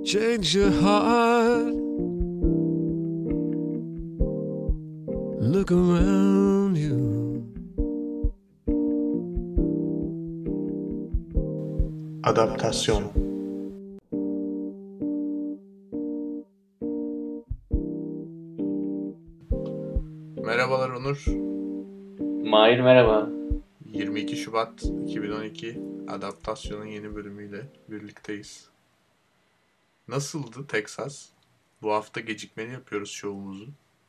change your heart. Look around you. Adaptasyon. Merhabalar Onur. Mahir merhaba. 22 Şubat 2012 Adaptasyon'un yeni bölümüyle birlikteyiz. Nasıldı Texas? Bu hafta gecikmeli yapıyoruz şovumuzu.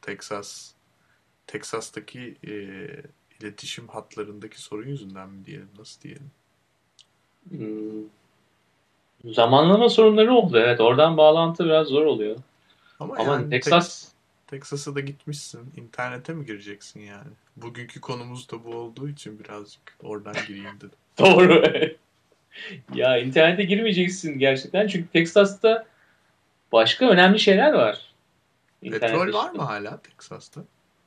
Texas'taki iletişim hatlarındaki sorun yüzünden mi diyelim, nasıl diyelim? Zamanlama sorunları oldu, evet. Oradan bağlantı biraz zor oluyor. Ama yani Texas'a da gitmişsin. İnternete mi gireceksin yani? Bugünkü konumuz da bu olduğu için birazcık oradan gireyim dedim. Doğru. Ya internete girmeyeceksin gerçekten. Çünkü Texas'ta başka önemli şeyler var. Petrol var mı hala Texas'ta?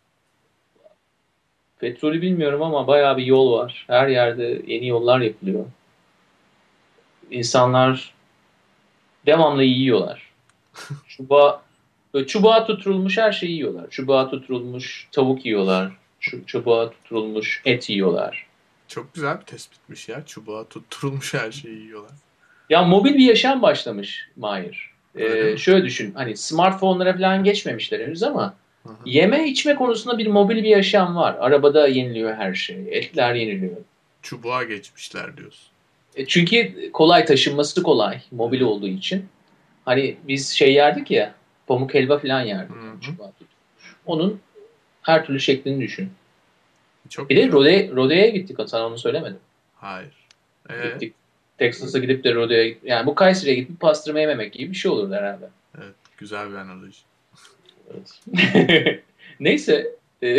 Petrolü bilmiyorum ama bayağı bir yol var. Her yerde yeni yollar yapılıyor. İnsanlar devamlı yiyorlar. Çubuğa tutturulmuş her şeyi yiyorlar. Çubuğa tutturulmuş tavuk yiyorlar. Çubuğa tutturulmuş et yiyorlar. Çok güzel bir tespitmiş ya. Çubuğa tutturulmuş her şeyi yiyorlar. Ya mobil bir yaşam başlamış Mahir. Şöyle düşün, hani smartphone'lara falan geçmemişler henüz ama yeme içme konusunda bir mobil bir yaşam var. Arabada yeniliyor her şey. Etler yeniliyor. Çubuğa geçmişler diyorsun. Çünkü kolay, taşınması kolay. Mobil olduğu için. Hani biz şey yerdik ya, pamuk helva falan yerdik. Çubuğa tutulmuş. Onun her türlü şeklini düşün. Çok bir de Rodeo'ya gittik. Sana onu söylemedim. Hayır. Gittik. Texas'a gidip de Rodeo'ya, yani bu Kayseri'ye gidip pastırma yememek gibi bir şey olurdu herhalde. Evet. Güzel bir analoji. Evet. Neyse.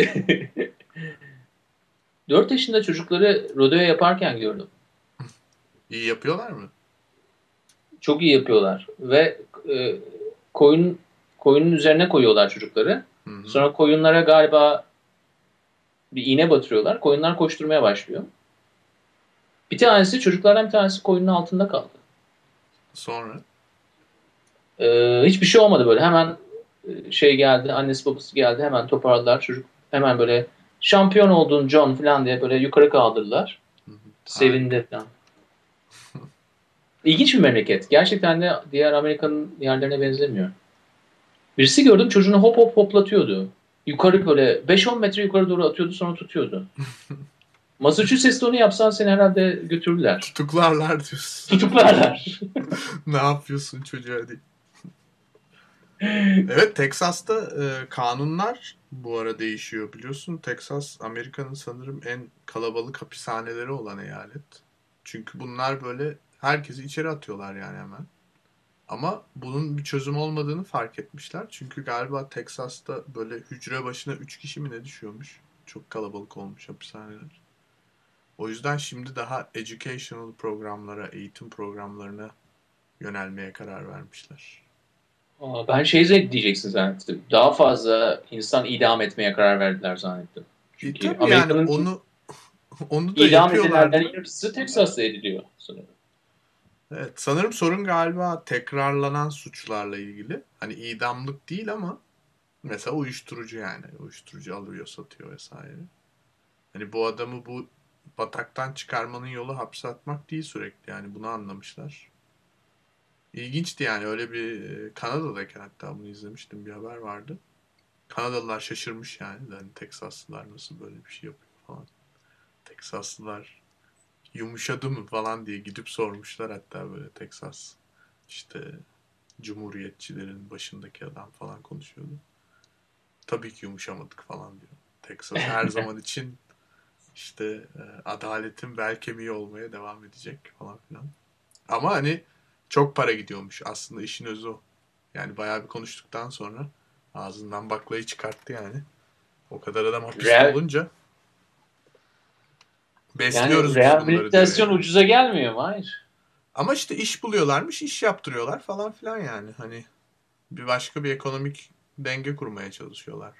4 yaşında çocukları rodeo yaparken gördüm. İyi yapıyorlar mı? Çok iyi yapıyorlar. Ve koyunun üzerine koyuyorlar çocukları. Hı-hı. Sonra koyunlara galiba bir iğne batırıyorlar. Koyunlar koşturmaya başlıyor. Çocuklardan bir tanesi koyunun altında kaldı. Sonra? Hiçbir şey olmadı böyle. Hemen geldi, annesi babası geldi. Hemen toparladılar. Çocuk hemen böyle şampiyon oldun John falan diye böyle yukarı kaldırdılar. Sevindi falan. İlginç bir memleket. Gerçekten de diğer Amerika'nın yerlerine benzemiyor. Birisi gördüm, çocuğunu hop hop hoplatıyordu. Yukarı böyle 5-10 metre yukarı doğru atıyordu, sonra tutuyordu. Massachusetts'te onu yapsan seni herhalde götürürler. Tutuklarlar diyorsun. Tutuklarlar. Ne yapıyorsun çocuğa diye. Evet, Texas'ta kanunlar bu ara değişiyor biliyorsun. Texas Amerika'nın sanırım en kalabalık hapishaneleri olan eyalet. Çünkü bunlar böyle herkesi içeri atıyorlar yani hemen. Ama bunun bir çözüm olmadığını fark etmişler. Çünkü galiba Texas'ta böyle hücre başına 3 kişi mi ne düşüyormuş. Çok kalabalık olmuş hapishaneler. O yüzden şimdi daha educational programlara, eğitim programlarına yönelmeye karar vermişler. Ben diyeceksin zannettim. Daha fazla insan idam etmeye karar verdiler zannettim. Çünkü Tabii yani onu da idam yapıyorlardı. edilenlerin yarısı Texas'ta ediliyor sanırım. Evet, sanırım sorun galiba tekrarlanan suçlarla ilgili. Hani idamlık değil ama mesela uyuşturucu yani. Uyuşturucu alıyor, satıyor vesaire. Hani bu adamı bu bataktan çıkarmanın yolu hapse atmak değil sürekli. Yani bunu anlamışlar. İlginçti yani, öyle bir Kanada'daki, hatta bunu izlemiştim, bir haber vardı. Kanadalılar şaşırmış yani. Yani Teksaslılar nasıl böyle bir şey yapıyor falan. Teksaslılar yumuşadı mı falan diye gidip sormuşlar, hatta böyle Teksas işte Cumhuriyetçilerin başındaki adam falan konuşuyordu. Tabii ki yumuşamadık falan diyor. Teksas her zaman için işte adaletin bel kemiği olmaya devam edecek falan filan. Ama hani çok para gidiyormuş. Aslında işin özü o. Yani bayağı bir konuştuktan sonra ağzından baklayı çıkarttı yani. O kadar adam hapiste olunca besliyoruz yani biz bunları diyor rehabilitasyon yani. ucuza gelmiyor mu? Hayır. Ama işte iş buluyorlarmış, iş yaptırıyorlar falan filan yani. Hani bir başka bir ekonomik denge kurmaya çalışıyorlar.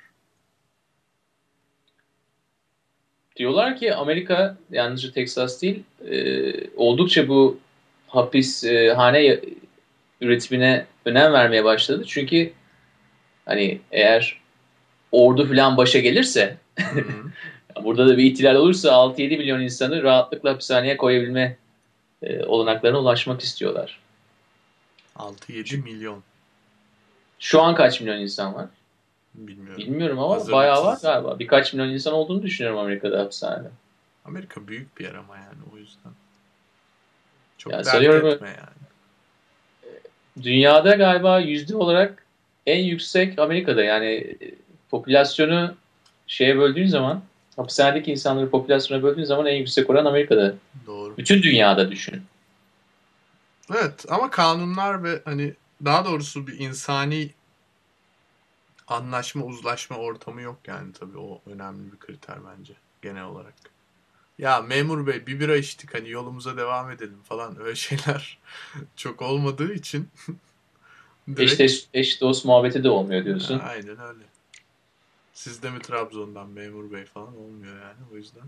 Diyorlar ki Amerika, yalnızca Texas değil, oldukça bu hapishane üretimine önem vermeye başladı. Çünkü hani eğer ordu falan başa gelirse burada da bir ihtilal olursa 6-7 milyon insanı rahatlıkla hapishaneye koyabilme olanaklarına ulaşmak istiyorlar. 6-7 milyon. Şu an kaç milyon insan var? Bilmiyorum. Bilmiyorum ama bayağı var Hazırlıksız. galiba. Birkaç milyon insan olduğunu düşünüyorum Amerika'da hapishanede. Amerika büyük bir yer ama yani o yüzden. Çok Yani dert sanıyorum etme yani. dünyada galiba yüzde olarak en yüksek Amerika'da. Yani popülasyonu şeye böldüğün zaman, hapishanedeki insanları popülasyona böldüğün zaman en yüksek oran Amerika'da. Doğru. Bütün dünyada düşün. Evet ama kanunlar ve hani daha doğrusu bir insani anlaşma, uzlaşma ortamı yok yani tabii o önemli bir kriter bence genel olarak. Ya memur bey bir bira içtik hani yolumuza devam edelim falan öyle şeyler çok olmadığı için direkt Eş dost muhabbeti de olmuyor diyorsun. aynen öyle. Siz de mi Trabzon'dan memur bey falan olmuyor yani o yüzden.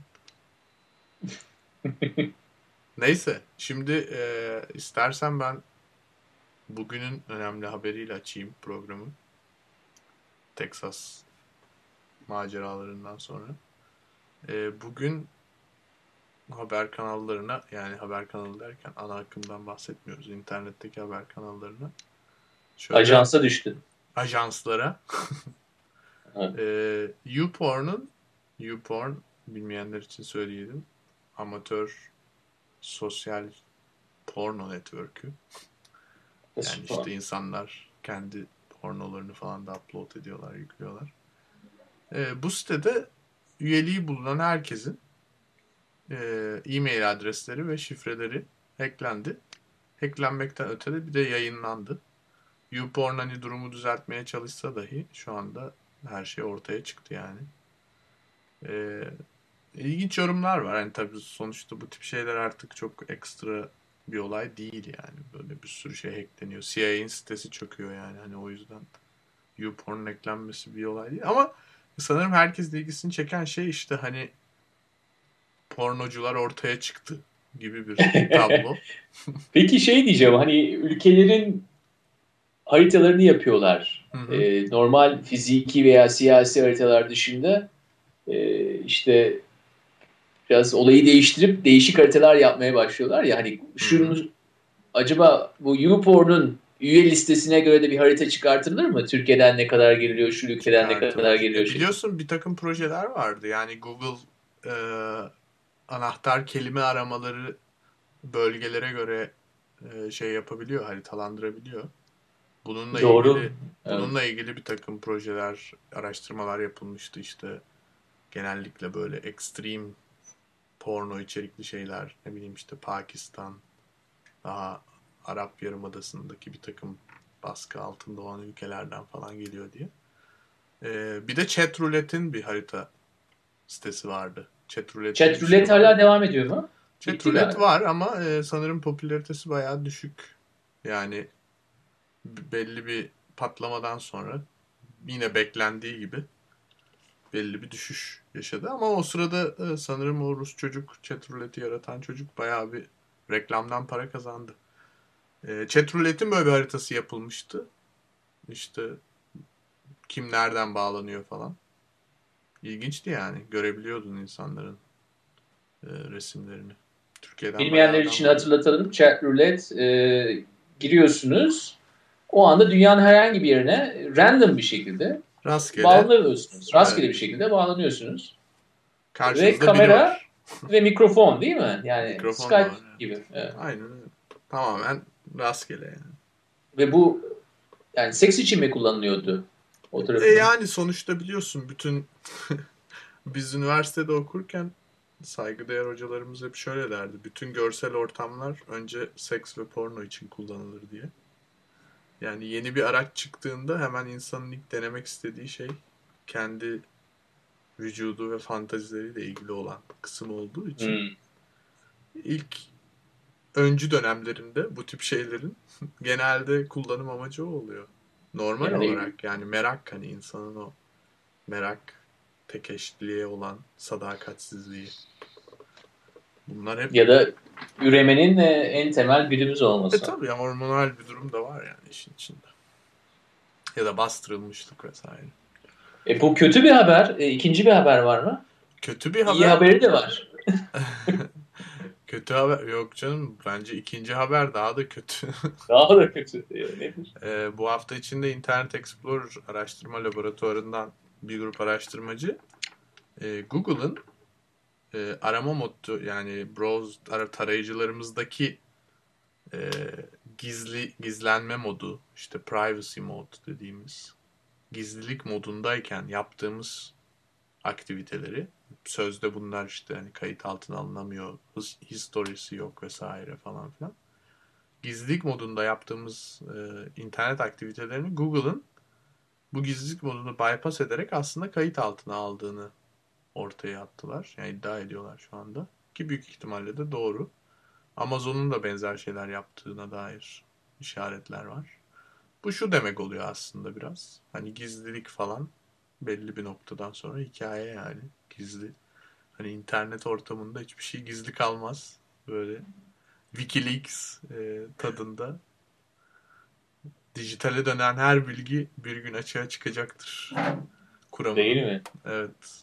Neyse şimdi istersen ben bugünün önemli haberiyle açayım programı. Texas maceralarından sonra. Bugün haber kanallarına yani haber kanalı derken ana akımdan bahsetmiyoruz. İnternetteki haber kanallarına. Şöyle Ajansa düştü. ajanslara Evet. YouPorn bilmeyenler için söyleyelim. Amatör sosyal porno network'ü. Yani işte insanlar kendi pornolarını falan da upload ediyorlar, yüklüyorlar. Bu sitede üyeliği bulunan herkesin e-mail adresleri ve şifreleri hacklendi. Hacklenmekten öte de bir de yayınlandı. YouPorn hani durumu düzeltmeye çalışsa dahi şu anda her şey ortaya çıktı yani. Ee, ilginç yorumlar var. Hani tabii sonuçta bu tip şeyler artık çok ekstra bir olay değil yani. Böyle bir sürü şey hackleniyor. CIA'nin sitesi çöküyor yani. Hani o yüzden YouPorn'un eklenmesi bir olay değil. Ama sanırım herkesin ilgisini çeken şey işte hani pornocular ortaya çıktı gibi bir tablo. Peki şey diyeceğim, hani ülkelerin haritalarını yapıyorlar. Hı hı. Normal fiziki veya siyasi haritalar dışında işte biraz olayı değiştirip değişik haritalar yapmaya başlıyorlar ya. Hani Hı hı. şunu, acaba bu YouPorn'un üye listesine göre de bir harita çıkartılır mı? Türkiye'den ne kadar geliyor, şu ülkeden ne kadar Çıkartılır. geliyor şeklinde. Biliyorsun bir takım projeler vardı. Yani Google e, anahtar kelime aramaları bölgelere göre şey yapabiliyor, haritalandırabiliyor. Bununla Doğru. ilgili Evet. bununla ilgili bir takım projeler, araştırmalar yapılmıştı işte. Genellikle böyle ekstrem porno içerikli şeyler, ne bileyim işte Pakistan, daha Arap Yarımadası'ndaki bir takım baskı altında olan ülkelerden falan geliyor diye. Bir de Chatroulетte'in bir harita sitesi vardı. Chatroulette diye Chat bir şey roulette hala vardı. devam ediyor mu? Bitti Chatroulette galiba. var ama sanırım popülaritesi bayağı düşük. Yani belli bir patlamadan sonra yine beklendiği gibi belli bir düşüş yaşadı. Ama o sırada sanırım o Rus çocuk, Chatroulette'i yaratan çocuk bayağı bir reklamdan para kazandı. Chatroulette'in böyle bir haritası yapılmıştı. İşte kim nereden bağlanıyor falan. İlginçti yani. Görebiliyordun insanların resimlerini. Türkiye'den bayağı Bilmeyenler adam için vardı. hatırlatalım. Chat roulette, giriyorsunuz. O anda dünyanın herhangi bir yerine random bir şekilde Rastgele. bağlanıyorsunuz. Rastgele bir Evet. şekilde bağlanıyorsunuz. Ve Karşınızda biri kamera var. ve mikrofon, değil mi? Yani Mikrofon da Skype var. Evet. gibi. Evet. Aynen öyle. Tamamen rastgele yani. Ve bu, yani seks için mi kullanılıyordu o tarafının? Yani sonuçta biliyorsun bütün biz üniversitede okurken saygıdeğer hocalarımız hep şöyle derdi. Bütün görsel ortamlar önce seks ve porno için kullanılır diye. Yani yeni bir araç çıktığında hemen insanın ilk denemek istediği şey kendi vücudu ve fantazileriyle ilgili olan kısım olduğu için Hmm. ilk öncü dönemlerinde bu tip şeylerin genelde kullanım amacı o oluyor. Normal Yani olarak yani merak hani insanın o merak tek eşliliğe olan sadakatsizliği. Bunlar hep Ya da üremenin en temel birimiz olması. tabii ya, hormonal bir durum da var yani işin içinde. Ya da bastırılmışlık vesaire. Bu kötü bir haber. İkinci bir haber var mı? Kötü bir İyi haber. haberi de var. Kötü haber yok canım. Bence ikinci haber daha da kötü. Daha da kötü. Nedir? Bu hafta içinde Internet Explorer araştırma laboratuvarından bir grup araştırmacı Google'ın arama modu, yani browse tarayıcılarımızdaki gizlenme modu, işte privacy mode dediğimiz gizlilik modundayken yaptığımız aktiviteleri, sözde bunlar işte hani kayıt altına alınamıyor, historisi yok vesaire falan filan. Gizlilik modunda yaptığımız internet aktivitelerini Google'ın bu gizlilik modunu bypass ederek aslında kayıt altına aldığını ortaya attılar. Yani iddia ediyorlar şu anda. Ki büyük ihtimalle de doğru. Amazon'un da benzer şeyler yaptığına dair işaretler var. Bu şu demek oluyor aslında biraz. Hani gizlilik falan belli bir noktadan sonra hikaye yani. Gizli. Hani internet ortamında hiçbir şey gizli kalmaz. Böyle WikiLeaks tadında. Dijitale dönen her bilgi bir gün açığa çıkacaktır. Kuramının. Değil mi? Evet.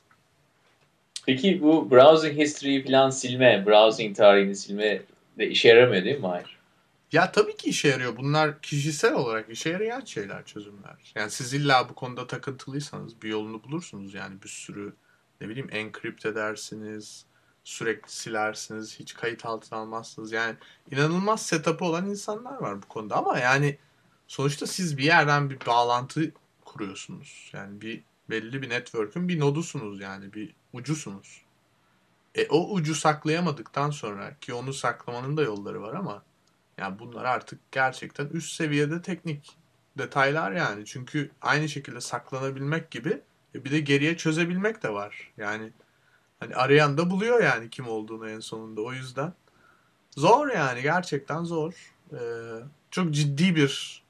Peki bu browsing history'yi falan silme, browsing tarihini silme de işe yaramıyor değil mi? Hayır. Ya tabii ki işe yarıyor. Bunlar kişisel olarak işe yarayan şeyler, çözümler. Yani siz illa bu konuda takıntılıysanız bir yolunu bulursunuz. Yani bir sürü, ne bileyim, encrypt edersiniz, sürekli silersiniz, hiç kayıt altına almazsınız. Yani inanılmaz setup'ı olan insanlar var bu konuda. Ama yani sonuçta siz bir yerden bir bağlantı kuruyorsunuz. Yani belli bir network'ün bir nodusunuz, yani bir ucusunuz. O ucu saklayamadıktan sonra, ki onu saklamanın da yolları var ama yani bunlar artık gerçekten üst seviyede teknik detaylar yani. Çünkü aynı şekilde saklanabilmek gibi bir de geriye çözebilmek de var. Yani hani arayan da buluyor yani kim olduğunu en sonunda. O yüzden zor, yani gerçekten zor. Çok ciddi bir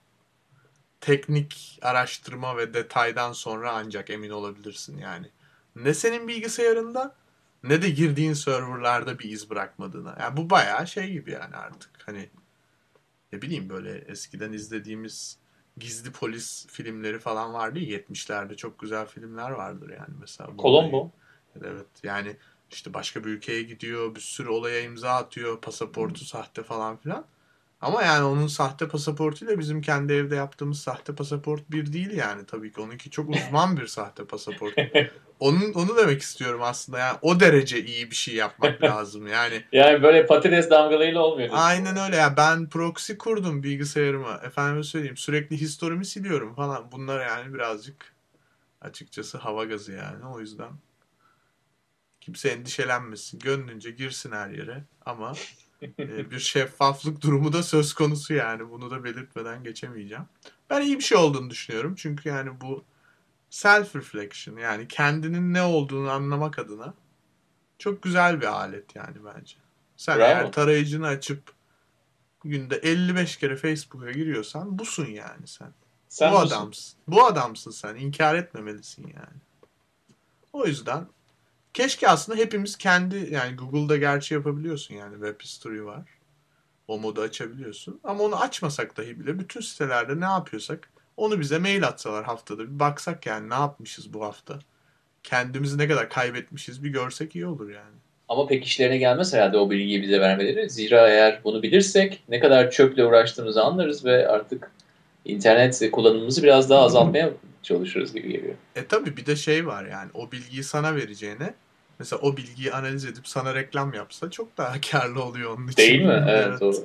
teknik araştırma ve detaydan sonra ancak emin olabilirsin yani. Ne senin bilgisayarında ne de girdiğin serverlarda bir iz bırakmadığına. Yani bu bayağı şey gibi yani artık. Hani ne bileyim, böyle eskiden izlediğimiz gizli polis filmleri falan vardı ya, 70'lerde çok güzel filmler vardır yani mesela bununla ilgili. Colombo. Evet yani işte başka bir ülkeye gidiyor, bir sürü olaya imza atıyor, pasaportu sahte falan filan. Ama yani onun sahte pasaportuyla bizim kendi evde yaptığımız sahte pasaport bir değil yani, tabii ki onunki çok uzman bir sahte pasaport. Onu demek istiyorum aslında, yani o derece iyi bir şey yapmak lazım yani. Yani böyle patates damgalayla olmuyor diyorsun. Aynen öyle ya. Ben proxy kurdum bilgisayarıma. Efendime söyleyeyim. Sürekli historimi siliyorum falan. Bunlar yani birazcık açıkçası hava gazı yani. O yüzden kimse endişelenmesin. Gönlünce girsin her yere. Ama bir şeffaflık durumu da söz konusu yani. Bunu da belirtmeden geçemeyeceğim. Ben iyi bir şey olduğunu düşünüyorum. Çünkü yani bu self reflection, yani kendinin ne olduğunu anlamak adına çok güzel bir alet yani bence. Sen eğer Bravo. tarayıcını açıp günde 55 kere Facebook'a giriyorsan busun yani sen. Bu Sen busun. adamsın. Bu adamsın sen. İnkar etmemelisin yani. O yüzden keşke aslında hepimiz kendi, yani Google'da gerçi yapabiliyorsun, yani web history var. O modu açabiliyorsun. Ama onu açmasak dahi bile bütün sitelerde ne yapıyorsak onu bize mail atsalar, haftada bir baksak yani ne yapmışız bu hafta. Kendimizi ne kadar kaybetmişiz bir görsek iyi olur yani. Ama pek işlerine gelmez herhalde o bilgiyi bize vermeleri. Zira eğer bunu bilirsek ne kadar çöple uğraştığımızı anlarız ve artık internet kullanımımızı biraz daha azaltmaya çalışırız gibi geliyor. Tabii bir de şey var, yani o bilgiyi sana vereceğine mesela o bilgiyi analiz edip sana reklam yapsa çok daha karlı oluyor onun Değil için. mi? Evet, Evet. doğru.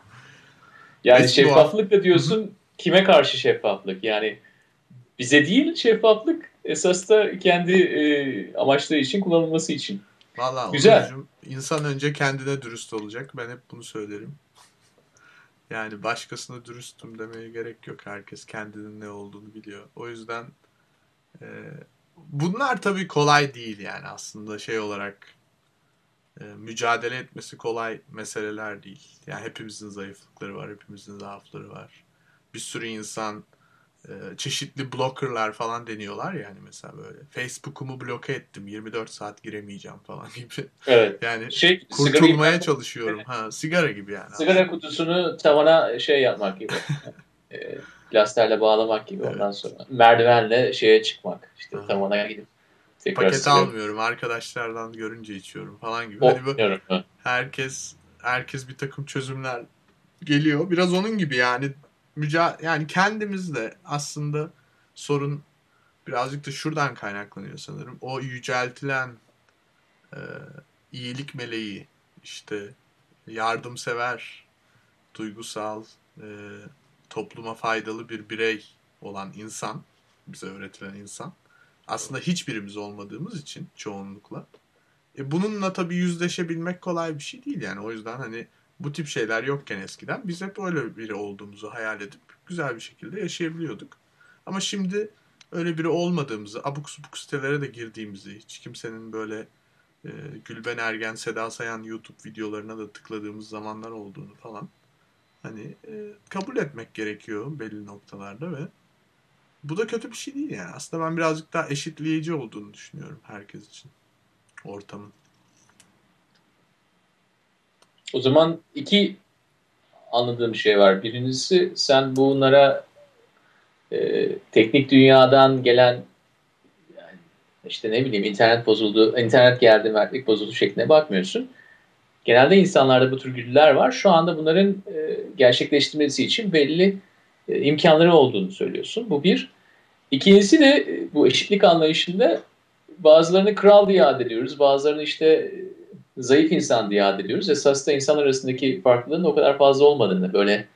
Yani Neyse bu hafta. şeffaflık da diyorsun, kime karşı şeffaflık? Yani bize değil şeffaflık, esas da kendi amaçları için kullanılması için. Valla Güzel. Onurcuğum, insan önce kendine dürüst olacak. Ben hep bunu söylerim. Yani başkasına dürüstüm demeye gerek yok. Herkes kendinin ne olduğunu biliyor. O yüzden e, bunlar tabii kolay değil yani, aslında şey olarak mücadele etmesi kolay meseleler değil. Yani hepimizin zayıflıkları var, hepimizin zaafları var. Bir sürü insan çeşitli blockerlar falan deniyorlar yani mesela böyle. Facebook'umu bloke ettim. 24 saat giremeyeceğim falan gibi. Evet. Yani Sigarayı kurtulmaya çalışıyorum. Sigara gibi yani aslında. sigara kutusunu tavana yapmak gibi. Plasterle bağlamak gibi, Evet. ondan sonra merdivenle çıkmak. İşte Aha. tavana gidip tekrar Paket sigara. almıyorum. Arkadaşlardan görünce içiyorum falan gibi. Hani bu Bilmiyorum. herkes bir takım çözümler geliyor. Biraz onun gibi yani yani kendimizde aslında sorun birazcık da şuradan kaynaklanıyor sanırım. O yüceltilen e, iyilik meleği, işte yardımsever, duygusal, e, topluma faydalı bir birey olan insan, bize öğretilen insan. Aslında hiçbirimiz olmadığımız için çoğunlukla. Bununla tabii yüzleşebilmek kolay bir şey değil yani. O yüzden hani bu tip şeyler yokken eskiden biz hep öyle biri olduğumuzu hayal edip güzel bir şekilde yaşayabiliyorduk. Ama şimdi öyle biri olmadığımızı, abuk subuk sitelere de girdiğimizi, hiç kimsenin böyle e, Gülben Ergen, Seda Sayan YouTube videolarına da tıkladığımız zamanlar olduğunu falan hani kabul etmek gerekiyor belli noktalarda ve bu da kötü bir şey değil yani. Aslında ben birazcık daha eşitleyici olduğunu düşünüyorum herkes için ortamın. O zaman iki anladığım şey var. Birincisi, sen bunlara teknik dünyadan gelen, yani işte ne bileyim, internet bozuldu, internet geldi, mertlik bozuldu şeklinde bakmıyorsun. Genelde insanlarda bu tür güdüler var. Şu anda bunların gerçekleştirmesi için belli imkanları olduğunu söylüyorsun. Bu bir. İkincisi de bu eşitlik anlayışında bazılarını kral diye ad ediyoruz, bazılarını işte zayıf insan diye ad ediyoruz. Esas da insan arasındaki farklılığın o kadar fazla olmadığını, böyle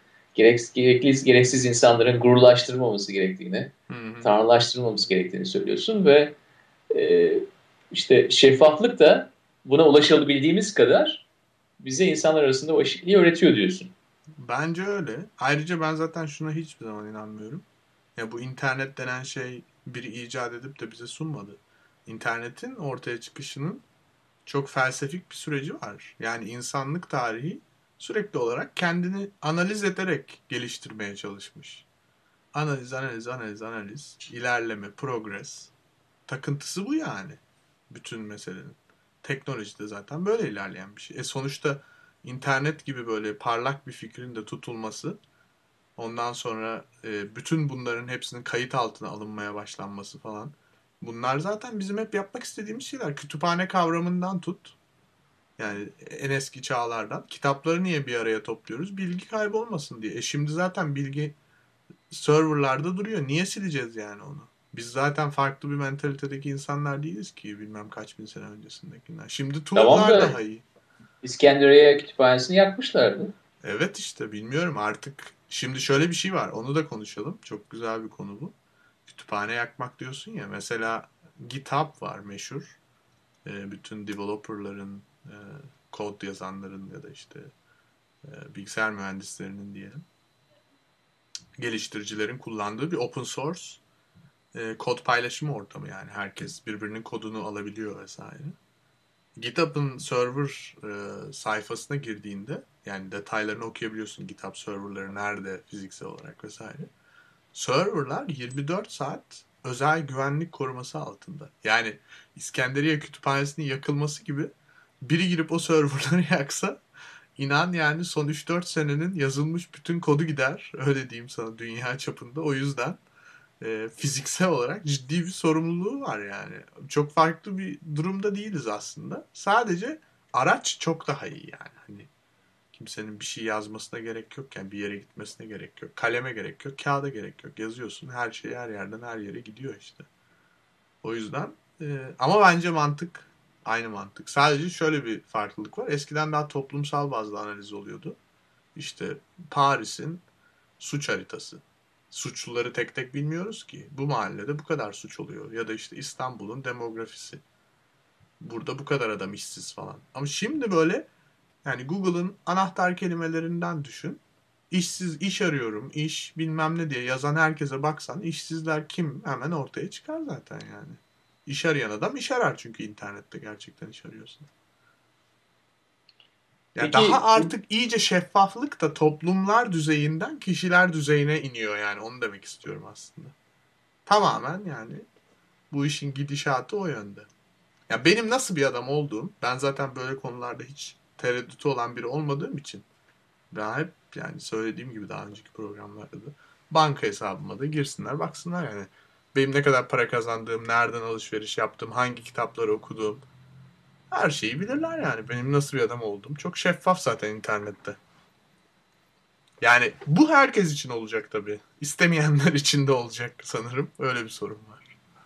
gereksiz insanların gururlaştırılmaması gerektiğini, Hı hı. tanrılaştırılmaması gerektiğini söylüyorsun ve e, işte şeffaflık da buna ulaşabildiğimiz kadar bize insanlar arasında o eşitliği öğretiyor diyorsun. Bence öyle. Ayrıca ben zaten şuna hiçbir zaman inanmıyorum. Ya bu internet denen şey biri icat edip de bize sunmadı. İnternetin ortaya çıkışının çok felsefik bir süreci var. Yani insanlık tarihi sürekli olarak kendini analiz ederek geliştirmeye çalışmış. Analiz, analiz, analiz, analiz, ilerleme, progress. Takıntısı bu yani. Bütün meselenin. Teknoloji de zaten böyle ilerleyen bir şey. Sonuçta internet gibi böyle parlak bir fikrin de tutulması, ondan sonra bütün bunların hepsinin kayıt altına alınmaya başlanması falan. Bunlar zaten bizim hep yapmak istediğimiz şeyler. Kütüphane kavramından tut. Yani en eski çağlardan. Kitapları niye bir araya topluyoruz? Bilgi kaybolmasın diye. Şimdi zaten bilgi serverlarda duruyor. Niye sileceğiz yani onu? Biz zaten farklı bir mentalitedeki insanlar değiliz ki bilmem kaç bin sene öncesindekiler. Şimdi Tamam tool'lar da daha iyi. İskenderiye kütüphanesini yakmışlardı. Evet işte bilmiyorum artık. Şimdi şöyle bir şey var. Onu da konuşalım. Çok güzel bir konu bu. Kütüphane yakmak diyorsun ya. Mesela GitHub var meşhur. Bütün developerların, kod yazanların ya da işte bilgisayar mühendislerinin diyelim. Geliştiricilerin kullandığı bir open source kod paylaşımı ortamı yani. Herkes birbirinin kodunu alabiliyor vesaire. GitHub'ın server sayfasına girdiğinde yani detaylarını okuyabiliyorsun. GitHub serverları nerede fiziksel olarak vesaire. Serverlar 24 saat özel güvenlik koruması altında. Yani İskenderiye Kütüphanesi'nin yakılması gibi biri girip o serverları yaksa inan yani son 3-4 senenin yazılmış bütün kodu gider. Öyle diyeyim sana dünya çapında. O yüzden fiziksel olarak ciddi bir sorumluluğu var yani. Çok farklı bir durumda değiliz aslında. Sadece araç çok daha iyi yani. Hani kimsenin bir şey yazmasına gerek yok yani bir yere gitmesine gerek yok. Kaleme gerek yok, kağıda gerek yok. Yazıyorsun her şey her yerden her yere gidiyor işte. O yüzden ama bence mantık aynı mantık. Sadece şöyle bir farklılık var. Eskiden daha toplumsal bazlı analiz oluyordu. İşte Paris'in suç haritası. Suçluları tek tek bilmiyoruz ki. Bu mahallede bu kadar suç oluyor. Ya da işte İstanbul'un demografisi. Burada bu kadar adam işsiz falan. Ama şimdi böyle yani Google'ın anahtar kelimelerinden düşün. İşsiz, iş arıyorum, iş bilmem ne diye yazan herkese baksan işsizler kim hemen ortaya çıkar zaten yani. İş arayan adam iş arar çünkü internette gerçekten iş arıyorsun. Ya Peki daha artık iyice şeffaflık da toplumlar düzeyinden kişiler düzeyine iniyor yani onu demek istiyorum aslında. Tamamen yani bu işin gidişatı o yönde. Ya benim nasıl bir adam olduğum, ben zaten böyle konularda hiç tereddütü olan biri olmadığım için ben hep yani söylediğim gibi daha önceki programlarda da banka hesabıma da girsinler baksınlar yani. Benim ne kadar para kazandığım, nereden alışveriş yaptığım, hangi kitapları okuduğum her şeyi bilirler yani. Benim nasıl bir adam olduğum çok şeffaf zaten internette. Yani bu herkes için olacak tabii. İstemeyenler için de olacak sanırım. Öyle bir sorun var.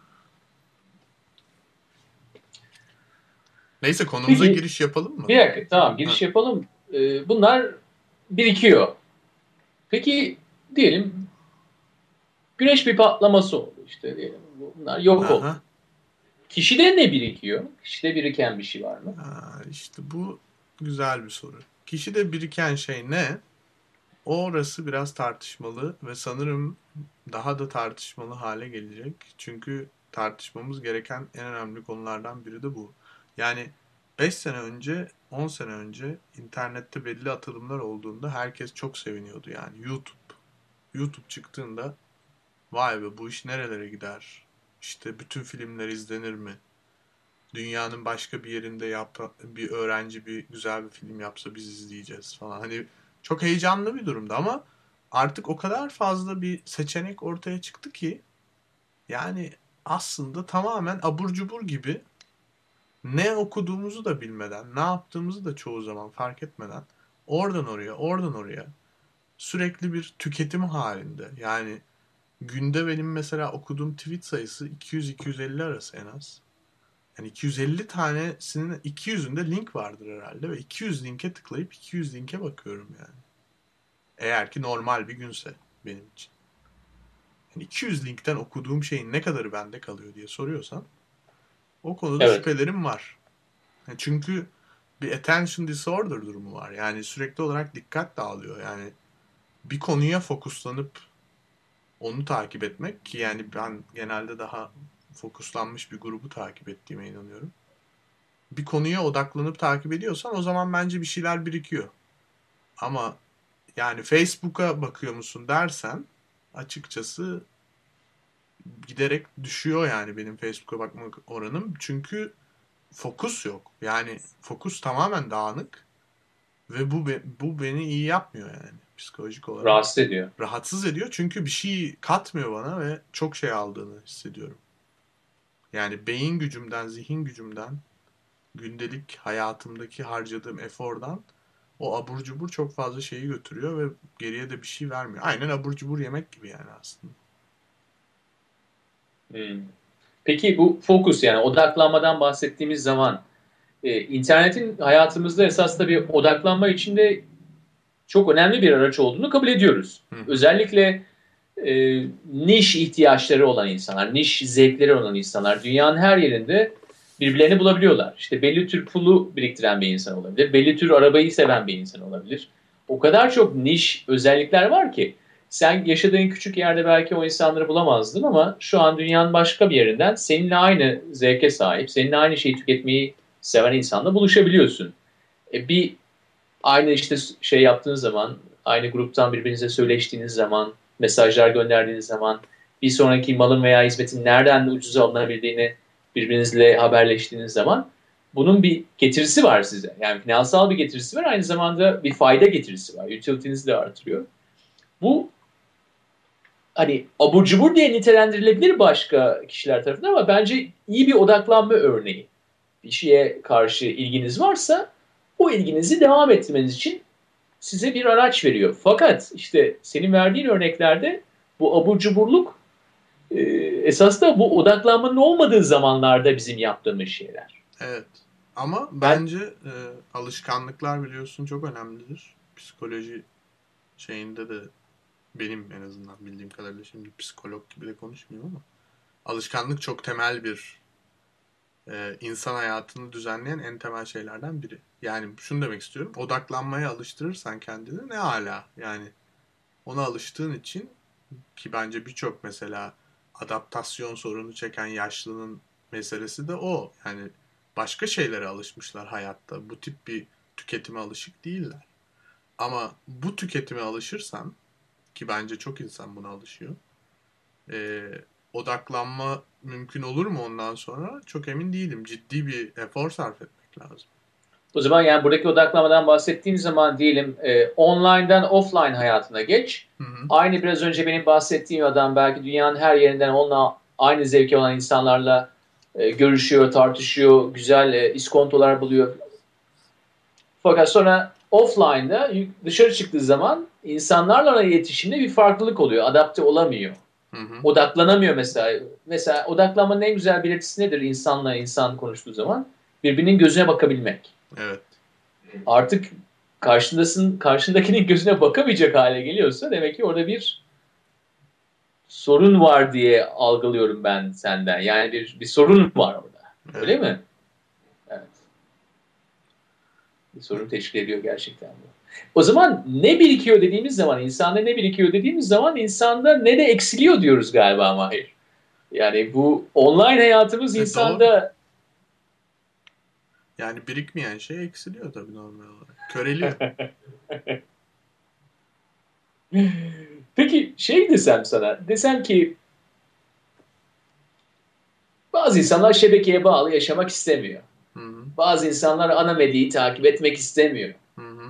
Neyse konumuza peki giriş yapalım mı? bir dakika, tamam, Ha. giriş yapalım. Bunlar birikiyor. Peki diyelim güneş bir patlaması oldu, işte diyelim bunlar yok oldu. Aha. Kişide ne birikiyor? Kişide biriken bir şey var mı? İşte bu güzel bir soru. Kişide biriken şey ne? Orası biraz tartışmalı ve sanırım daha da tartışmalı hale gelecek. Çünkü tartışmamız gereken en önemli konulardan biri de bu. Yani 5 sene önce, 10 sene önce internette belli atılımlar olduğunda herkes çok seviniyordu yani. YouTube çıktığında vay be bu iş nerelere gider? İşte bütün filmler izlenir mi? Dünyanın başka bir yerinde bir öğrenci bir güzel bir film yapsa biz izleyeceğiz falan. Hani çok heyecanlı bir durumda ama artık o kadar fazla bir seçenek ortaya çıktı ki yani aslında tamamen abur cubur gibi ne okuduğumuzu da bilmeden, ne yaptığımızı da çoğu zaman fark etmeden oradan oraya, oradan oraya sürekli bir tüketim halinde. Yani günde benim mesela okuduğum tweet sayısı 200-250 arası en az. Yani 250 tanesinin 200'ünde link vardır herhalde ve 200 linke tıklayıp 200 linke bakıyorum yani. Eğer ki normal bir günse benim için. Yani 200 linkten okuduğum şeyin ne kadarı bende kalıyor diye soruyorsan o konuda Evet. şüphelerim var. Yani çünkü bir attention disorder durumu var. Yani sürekli olarak dikkat dağılıyor. Yani bir konuya fokuslanıp onu takip etmek ki yani ben genelde daha fokuslanmış bir grubu takip ettiğime inanıyorum. Bir konuya odaklanıp takip ediyorsan o zaman bence bir şeyler birikiyor. Ama yani Facebook'a bakıyor musun dersen açıkçası giderek düşüyor yani benim Facebook'a bakmak oranım. Çünkü fokus yok. Yani fokus tamamen dağınık ve bu beni iyi yapmıyor yani psikolojik olarak. Rahatsız ediyor. Rahatsız ediyor çünkü bir şey katmıyor bana ve çok şey aldığını hissediyorum. Yani beyin gücümden, zihin gücümden, gündelik hayatımdaki harcadığım efordan o abur cubur çok fazla şeyi götürüyor ve geriye de bir şey vermiyor. Aynen abur cubur yemek gibi yani aslında. Hmm. Peki bu fokus, yani odaklanmadan bahsettiğimiz zaman internetin hayatımızda esas da bir odaklanma içinde çok önemli bir araç olduğunu kabul ediyoruz. Hı hı. Özellikle niş ihtiyaçları olan insanlar, niş zevkleri olan insanlar dünyanın her yerinde birbirlerini bulabiliyorlar. İşte belli tür pulu biriktiren bir insan olabilir, belli tür arabayı seven bir insan olabilir. O kadar çok niş özellikler var ki sen yaşadığın küçük yerde belki o insanları bulamazdın ama şu an dünyanın başka bir yerinden seninle aynı zevke sahip, seninle aynı şeyi tüketmeyi seven insanla buluşabiliyorsun. Bir aynı işte şey yaptığınız zaman, aynı gruptan birbirinize söyleştiğiniz zaman, mesajlar gönderdiğiniz zaman, bir sonraki malın veya hizmetin nereden ucuza alınabildiğini birbirinizle haberleştiğiniz zaman bunun bir getirisi var size. Yani finansal bir getirisi var, aynı zamanda bir fayda getirisi var. Utility'nizi de artırıyor. Bu hani abur cubur diye nitelendirilebilir başka kişiler tarafından ama bence iyi bir odaklanma örneği. Bir şeye karşı ilginiz varsa o ilginizi devam ettirmeniz için size bir araç veriyor. Fakat işte senin verdiğin örneklerde bu abur cuburluk esas da bu odaklanmanın olmadığı zamanlarda bizim yaptığımız şeyler. Evet. Ama Ben bence alışkanlıklar biliyorsun çok önemlidir. Psikoloji şeyinde de benim en azından bildiğim kadarıyla şimdi psikolog gibi de konuşmuyorum ama alışkanlık çok temel bir insan hayatını düzenleyen en temel şeylerden biri. Yani şunu demek istiyorum. Odaklanmaya alıştırırsan kendini ne hala. Yani ona alıştığın için ki bence birçok mesela adaptasyon sorunu çeken yaşlının meselesi de o. Yani başka şeylere alışmışlar hayatta. Bu tip bir tüketime alışık değiller. Ama bu tüketime alışırsan, ki bence çok insan buna alışıyor, odaklanma mümkün olur mu ondan sonra? Çok emin değilim. Ciddi bir efor sarf etmek lazım. O zaman yani buradaki odaklamadan bahsettiğim zaman diyelim online'dan offline hayatına geç. Hı hı. Aynı biraz önce benim bahsettiğim adam belki dünyanın her yerinden onunla aynı zevki olan insanlarla görüşüyor, tartışıyor, güzel iskontolar buluyor. Fakat sonra offline'da dışarı çıktığı zaman insanlarla iletişimde bir farklılık oluyor. Adapte olamıyor. Hı hı. Odaklanamıyor mesela. Mesela odaklanmanın en güzel belirtisi nedir insanla insan konuştuğu zaman? Birbirinin gözüne bakabilmek. Evet. Artık karşındakinin gözüne bakamayacak hale geliyorsa demek ki orada bir sorun var diye algılıyorum ben senden. Yani bir sorun var orada. Evet. Öyle mi? Evet. Bir sorun teşkil ediyor gerçekten bu. O zaman ne birikiyor dediğimiz zaman, insanda ne birikiyor dediğimiz zaman insanda ne de eksiliyor diyoruz galiba Mahir. Yani bu online hayatımız insanda... Yani birikmeyen şey eksiliyor tabii normal olarak. Köreliyor. Peki şey desem sana, desem ki bazı insanlar şebekeye bağlı yaşamak istemiyor. Hı hı. Bazı insanlar ana medyayı takip etmek istemiyor. Hı hı.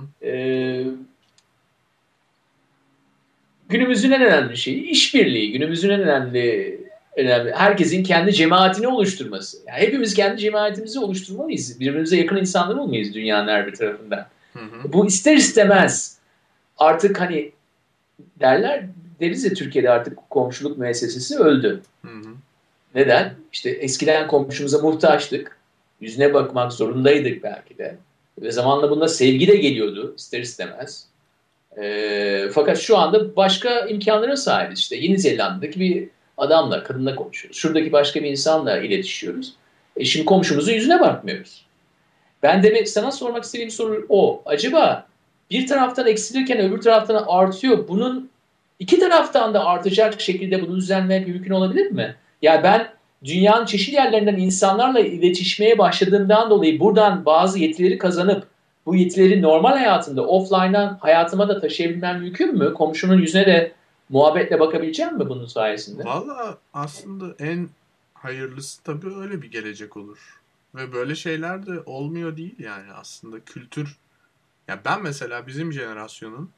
Günümüzün en önemli şeyi işbirliği. Günümüzün en önemli herkesin kendi cemaatini oluşturması. Yani hepimiz kendi cemaatimizi oluşturmalıyız. Birbirimize yakın insanlar olmayız dünyanın her bir tarafından. Hı hı. Bu ister istemez artık hani deriz ya Türkiye'de artık komşuluk müessesesi öldü. Hı hı. Neden? İşte eskiden komşumuza muhtaçtık. Yüzüne bakmak zorundaydık belki de. Ve zamanla bunda sevgi de geliyordu ister istemez. Fakat şu anda başka imkanlara sahibiz. İşte Yeni Zelanda'daki bir adamla, kadınla konuşuyoruz. Şuradaki başka bir insanla iletişiyoruz. Şimdi komşumuzun yüzüne bakmıyoruz. Ben demek sana sormak istediğim soru o. Acaba bir taraftan eksilirken öbür taraftan artıyor. Bunun iki taraftan da artacak şekilde bunu düzenlemek mümkün olabilir mi? Yani ben dünyanın çeşitli yerlerinden insanlarla iletişmeye başladığımdan dolayı buradan bazı yetileri kazanıp bu yetileri normal hayatımda, offline'dan hayatıma da taşıyabilmem mümkün mü? Komşunun yüzüne de muhabbetle bakabileceğim mi bunun sayesinde? Valla aslında en hayırlısı tabii öyle bir gelecek olur. Ve böyle şeyler de olmuyor değil yani aslında kültür. Ya ben mesela bizim jenerasyonun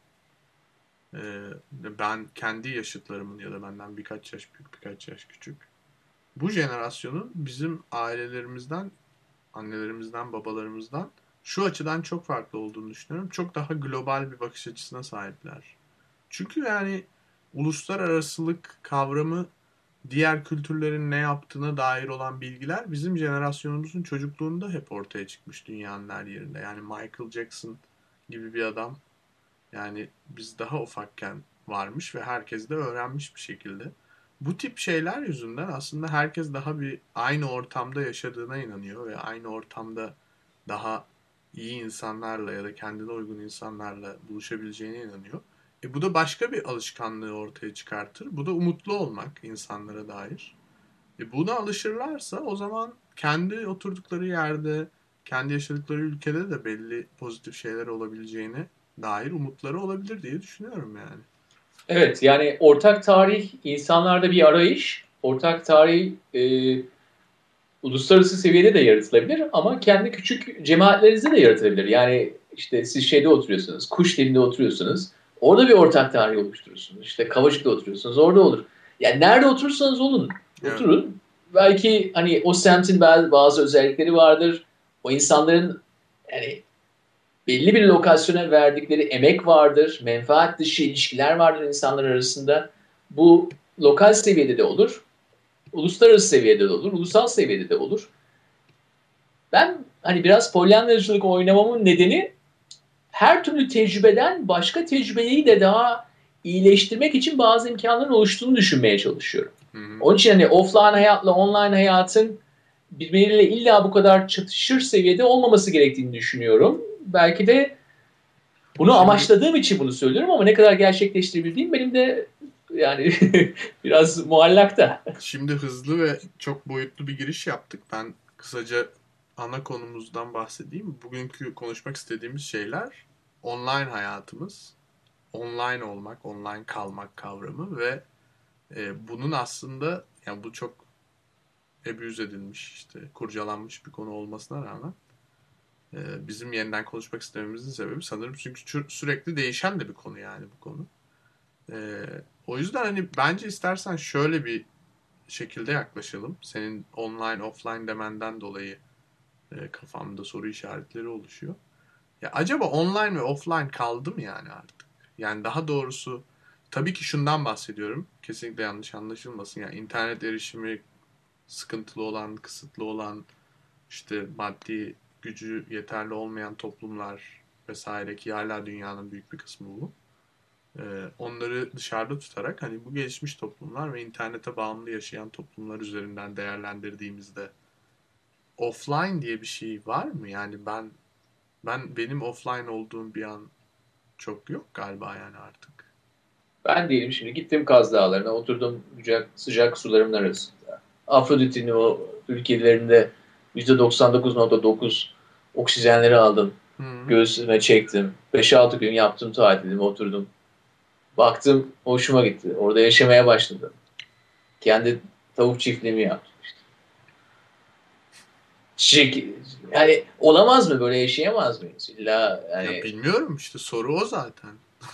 ben kendi yaşıtlarımın ya da benden birkaç yaş büyük birkaç yaş küçük. Bu jenerasyonun bizim ailelerimizden, annelerimizden, babalarımızdan şu açıdan çok farklı olduğunu düşünüyorum. Çok daha global bir bakış açısına sahipler. Çünkü yani uluslararasılık kavramı diğer kültürlerin ne yaptığına dair olan bilgiler bizim jenerasyonumuzun çocukluğunda hep ortaya çıkmış dünyanın her yerinde. Yani Michael Jackson gibi bir adam yani biz daha ufakken varmış ve herkes de öğrenmiş bir şekilde. Bu tip şeyler yüzünden aslında herkes daha bir aynı ortamda yaşadığına inanıyor ve aynı ortamda daha iyi insanlarla ya da kendine uygun insanlarla buluşabileceğine inanıyor. Bu da başka bir alışkanlığı ortaya çıkartır. Bu da umutlu olmak insanlara dair. Buna alışırlarsa o zaman kendi oturdukları yerde, kendi yaşadıkları ülkede de belli pozitif şeyler olabileceğine dair umutları olabilir diye düşünüyorum yani. Evet, yani ortak tarih insanlarda bir arayış, ortak tarih uluslararası seviyede de yaratılabilir ama kendi küçük cemaatlerinizde de yaratılabilir. Yani işte siz şeyde oturuyorsunuz, Kuşdeli'nde oturuyorsunuz, orada bir ortak tarih oluşturursunuz. İşte Kavacık'ta oturuyorsunuz, orada olur. Yani nerede oturursanız olun, Evet. oturun. Belki hani o semtin bazı özellikleri vardır. O insanların yani belli bir lokasyona verdikleri emek vardır, menfaat dışı ilişkiler vardır insanlar arasında. Bu lokal seviyede de olur, uluslararası seviyede de olur, ulusal seviyede de olur. Ben hani biraz polyanlacılık oynamamın nedeni her türlü tecrübeden başka tecrübeyi de daha iyileştirmek için bazı imkanların oluştuğunu düşünmeye çalışıyorum. Hı hı. Onun için hani offline hayatla online hayatın birbiriyle illa bu kadar çatışır seviyede olmaması gerektiğini düşünüyorum. Belki de bunu amaçladığım için bunu söylüyorum ama ne kadar gerçekleştirebildiğim benim de yani biraz muallakta. Şimdi hızlı ve çok boyutlu bir giriş yaptık. Ben kısaca ana konumuzdan bahsedeyim. Bugünkü konuşmak istediğimiz şeyler online hayatımız, online olmak, online kalmak kavramı ve bunun aslında yani bu çok abuse edilmiş, işte kurcalanmış bir konu olmasına rağmen bizim yeniden konuşmak istememizin sebebi sanırım çünkü sürekli değişen de bir konu yani bu konu. E, O yüzden hani bence istersen şöyle bir şekilde yaklaşalım. Senin online offline demenden dolayı kafamda soru işaretleri oluşuyor. Ya acaba online ve offline kaldı mı yani artık? Yani daha doğrusu tabii ki şundan bahsediyorum. Kesinlikle yanlış anlaşılmasın. Yani internet erişimi sıkıntılı olan, kısıtlı olan, işte maddi gücü yeterli olmayan toplumlar vesaire ki hala dünyanın büyük bir kısmı bu. Onları dışarıda tutarak hani bu gelişmiş toplumlar ve internete bağımlı yaşayan toplumlar üzerinden değerlendirdiğimizde offline diye bir şey var mı? Yani benim offline olduğum bir an çok yok galiba yani artık. Ben diyelim şimdi gittim Kaz Dağları'na, oturdum sıcak, sıcak sularımın arasında. Afrodit'in o ülkelerinde %99,9 oksijenleri aldım. Hı. Göğsüme çektim. 5-6 gün yaptım tatilimi, oturdum. Baktım hoşuma gitti. Orada yaşamaya başladım. Kendi tavuk çiftliğimi yaptım. Çiçek, yani olamaz mı, böyle yaşayamaz mıyız? İlla Ya yani bilmiyorum işte soru o zaten.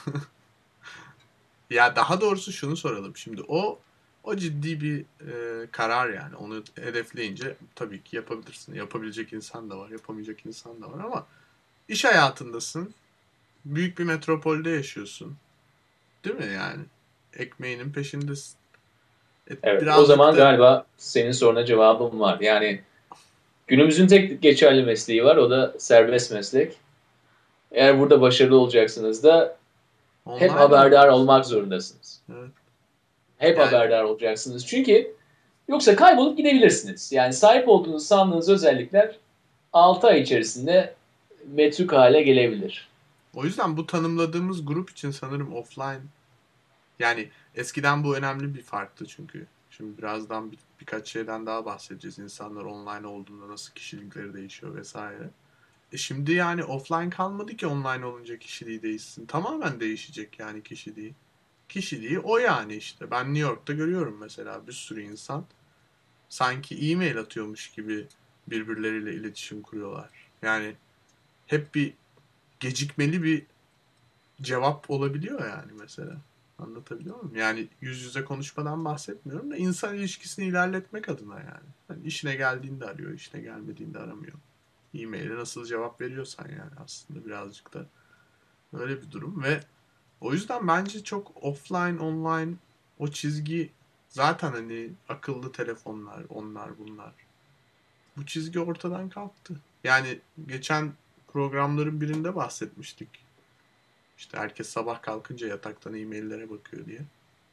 Ya daha doğrusu şunu soralım. Şimdi o ciddi bir karar yani. Onu hedefleyince tabii ki yapabilirsin. Yapabilecek insan da var, yapamayacak insan da var ama iş hayatındasın. Büyük bir metropolde yaşıyorsun. Değil mi yani? Ekmeğinin peşindesin. evet, o Birazcık zaman da galiba senin soruna cevabım var. Yani günümüzün tek geçerli mesleği var, o da serbest meslek. Eğer burada başarılı olacaksınız da hep online haberdar olmalısın. olmak zorundasınız. Evet. Hep Yani haberdar olacaksınız. Çünkü yoksa kaybolup gidebilirsiniz. Yani sahip olduğunuz sandığınız özellikler 6 ay içerisinde metruk hale gelebilir. o yüzden bu tanımladığımız grup için sanırım offline yani eskiden bu önemli bir farktı çünkü. Şimdi birazdan birkaç şeyden daha bahsedeceğiz. İnsanlar online olduğunda nasıl kişilikleri değişiyor vesaire. Şimdi yani offline kalmadı ki online olunca kişiliği değişsin. Tamamen değişecek yani kişiliği. Kişiliği o yani işte. Ben New York'ta görüyorum mesela bir sürü insan sanki e-mail atıyormuş gibi birbirleriyle iletişim kuruyorlar. Yani hep bir gecikmeli bir cevap olabiliyor yani mesela. Anlatabiliyor muyum? Yani yüz yüze konuşmadan bahsetmiyorum da insan ilişkisini ilerletmek adına yani. Hani işine geldiğinde arıyor, işine gelmediğinde aramıyor. E-mail'e nasıl cevap veriyorsan yani aslında birazcık da öyle bir durum ve o yüzden bence çok offline, online o çizgi zaten hani akıllı telefonlar, onlar bunlar. Bu çizgi ortadan kalktı. Yani geçen programların birinde bahsetmiştik. İşte herkes sabah kalkınca yataktan e-maillere bakıyor diye.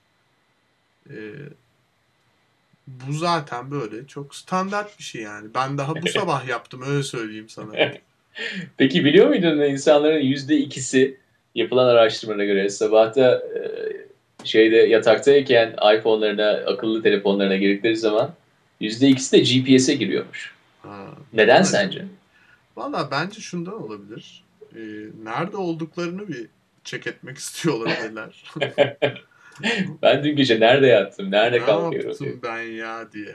Ee, Bu zaten böyle çok standart bir şey yani. Ben daha bu sabah yaptım öyle söyleyeyim sana. Peki biliyor muydun da insanların %2'si, yapılan araştırmalara göre, sabahta yataktayken iPhone'larına, akıllı telefonlarına girdikleri zaman %2'si de GPS'e giriyormuş. Ha, Neden neden acaba? sence? Valla bence şundan olabilir. Nerede olduklarını bir check etmek istiyor olabilirler. Ben dün gece nerede yattım, nerede Ne kalkıyorum diyor. yaptım ben ya diye.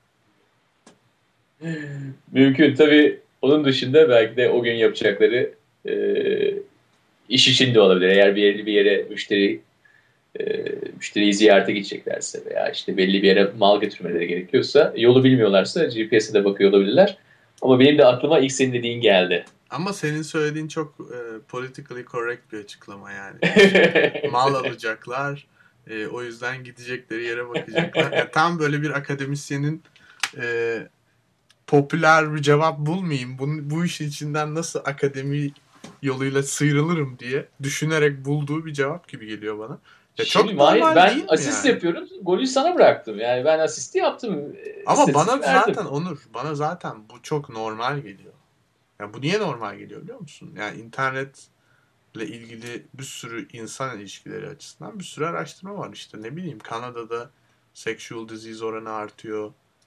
Mümkün. Tabii onun dışında belki de o gün yapacakları e, iş için de olabilir. Eğer bir yere müşteriyi ziyarete gideceklerse veya işte belli bir yere mal götürmeleri gerekiyorsa, yolu bilmiyorlarsa GPS'e de bakıyor olabilirler. Ama benim de aklıma ilk senin dediğin geldi. Ama senin söylediğin çok politically correct bir açıklama yani. Mal alacaklar. O yüzden gidecekleri yere bakacaklar. Ya tam böyle bir akademisyenin e, popüler bir cevap bulmayayım. Bu işin içinden nasıl akademi yoluyla sıyrılırım diye düşünerek bulduğu bir cevap gibi geliyor bana. Ya Şimdi çok Mahir, normal ben değil mi asist yani? yapıyorum, golü sana bıraktım. Yani ben asisti yaptım, Ama istatistiği bana verdim. zaten Onur, bana zaten bu çok normal geliyor. Ya bu niye normal geliyor biliyor musun? Yani internetle ilgili bir sürü insan ilişkileri açısından bir sürü araştırma var işte. Ne bileyim Kanada'da sexual disease oranı artıyor.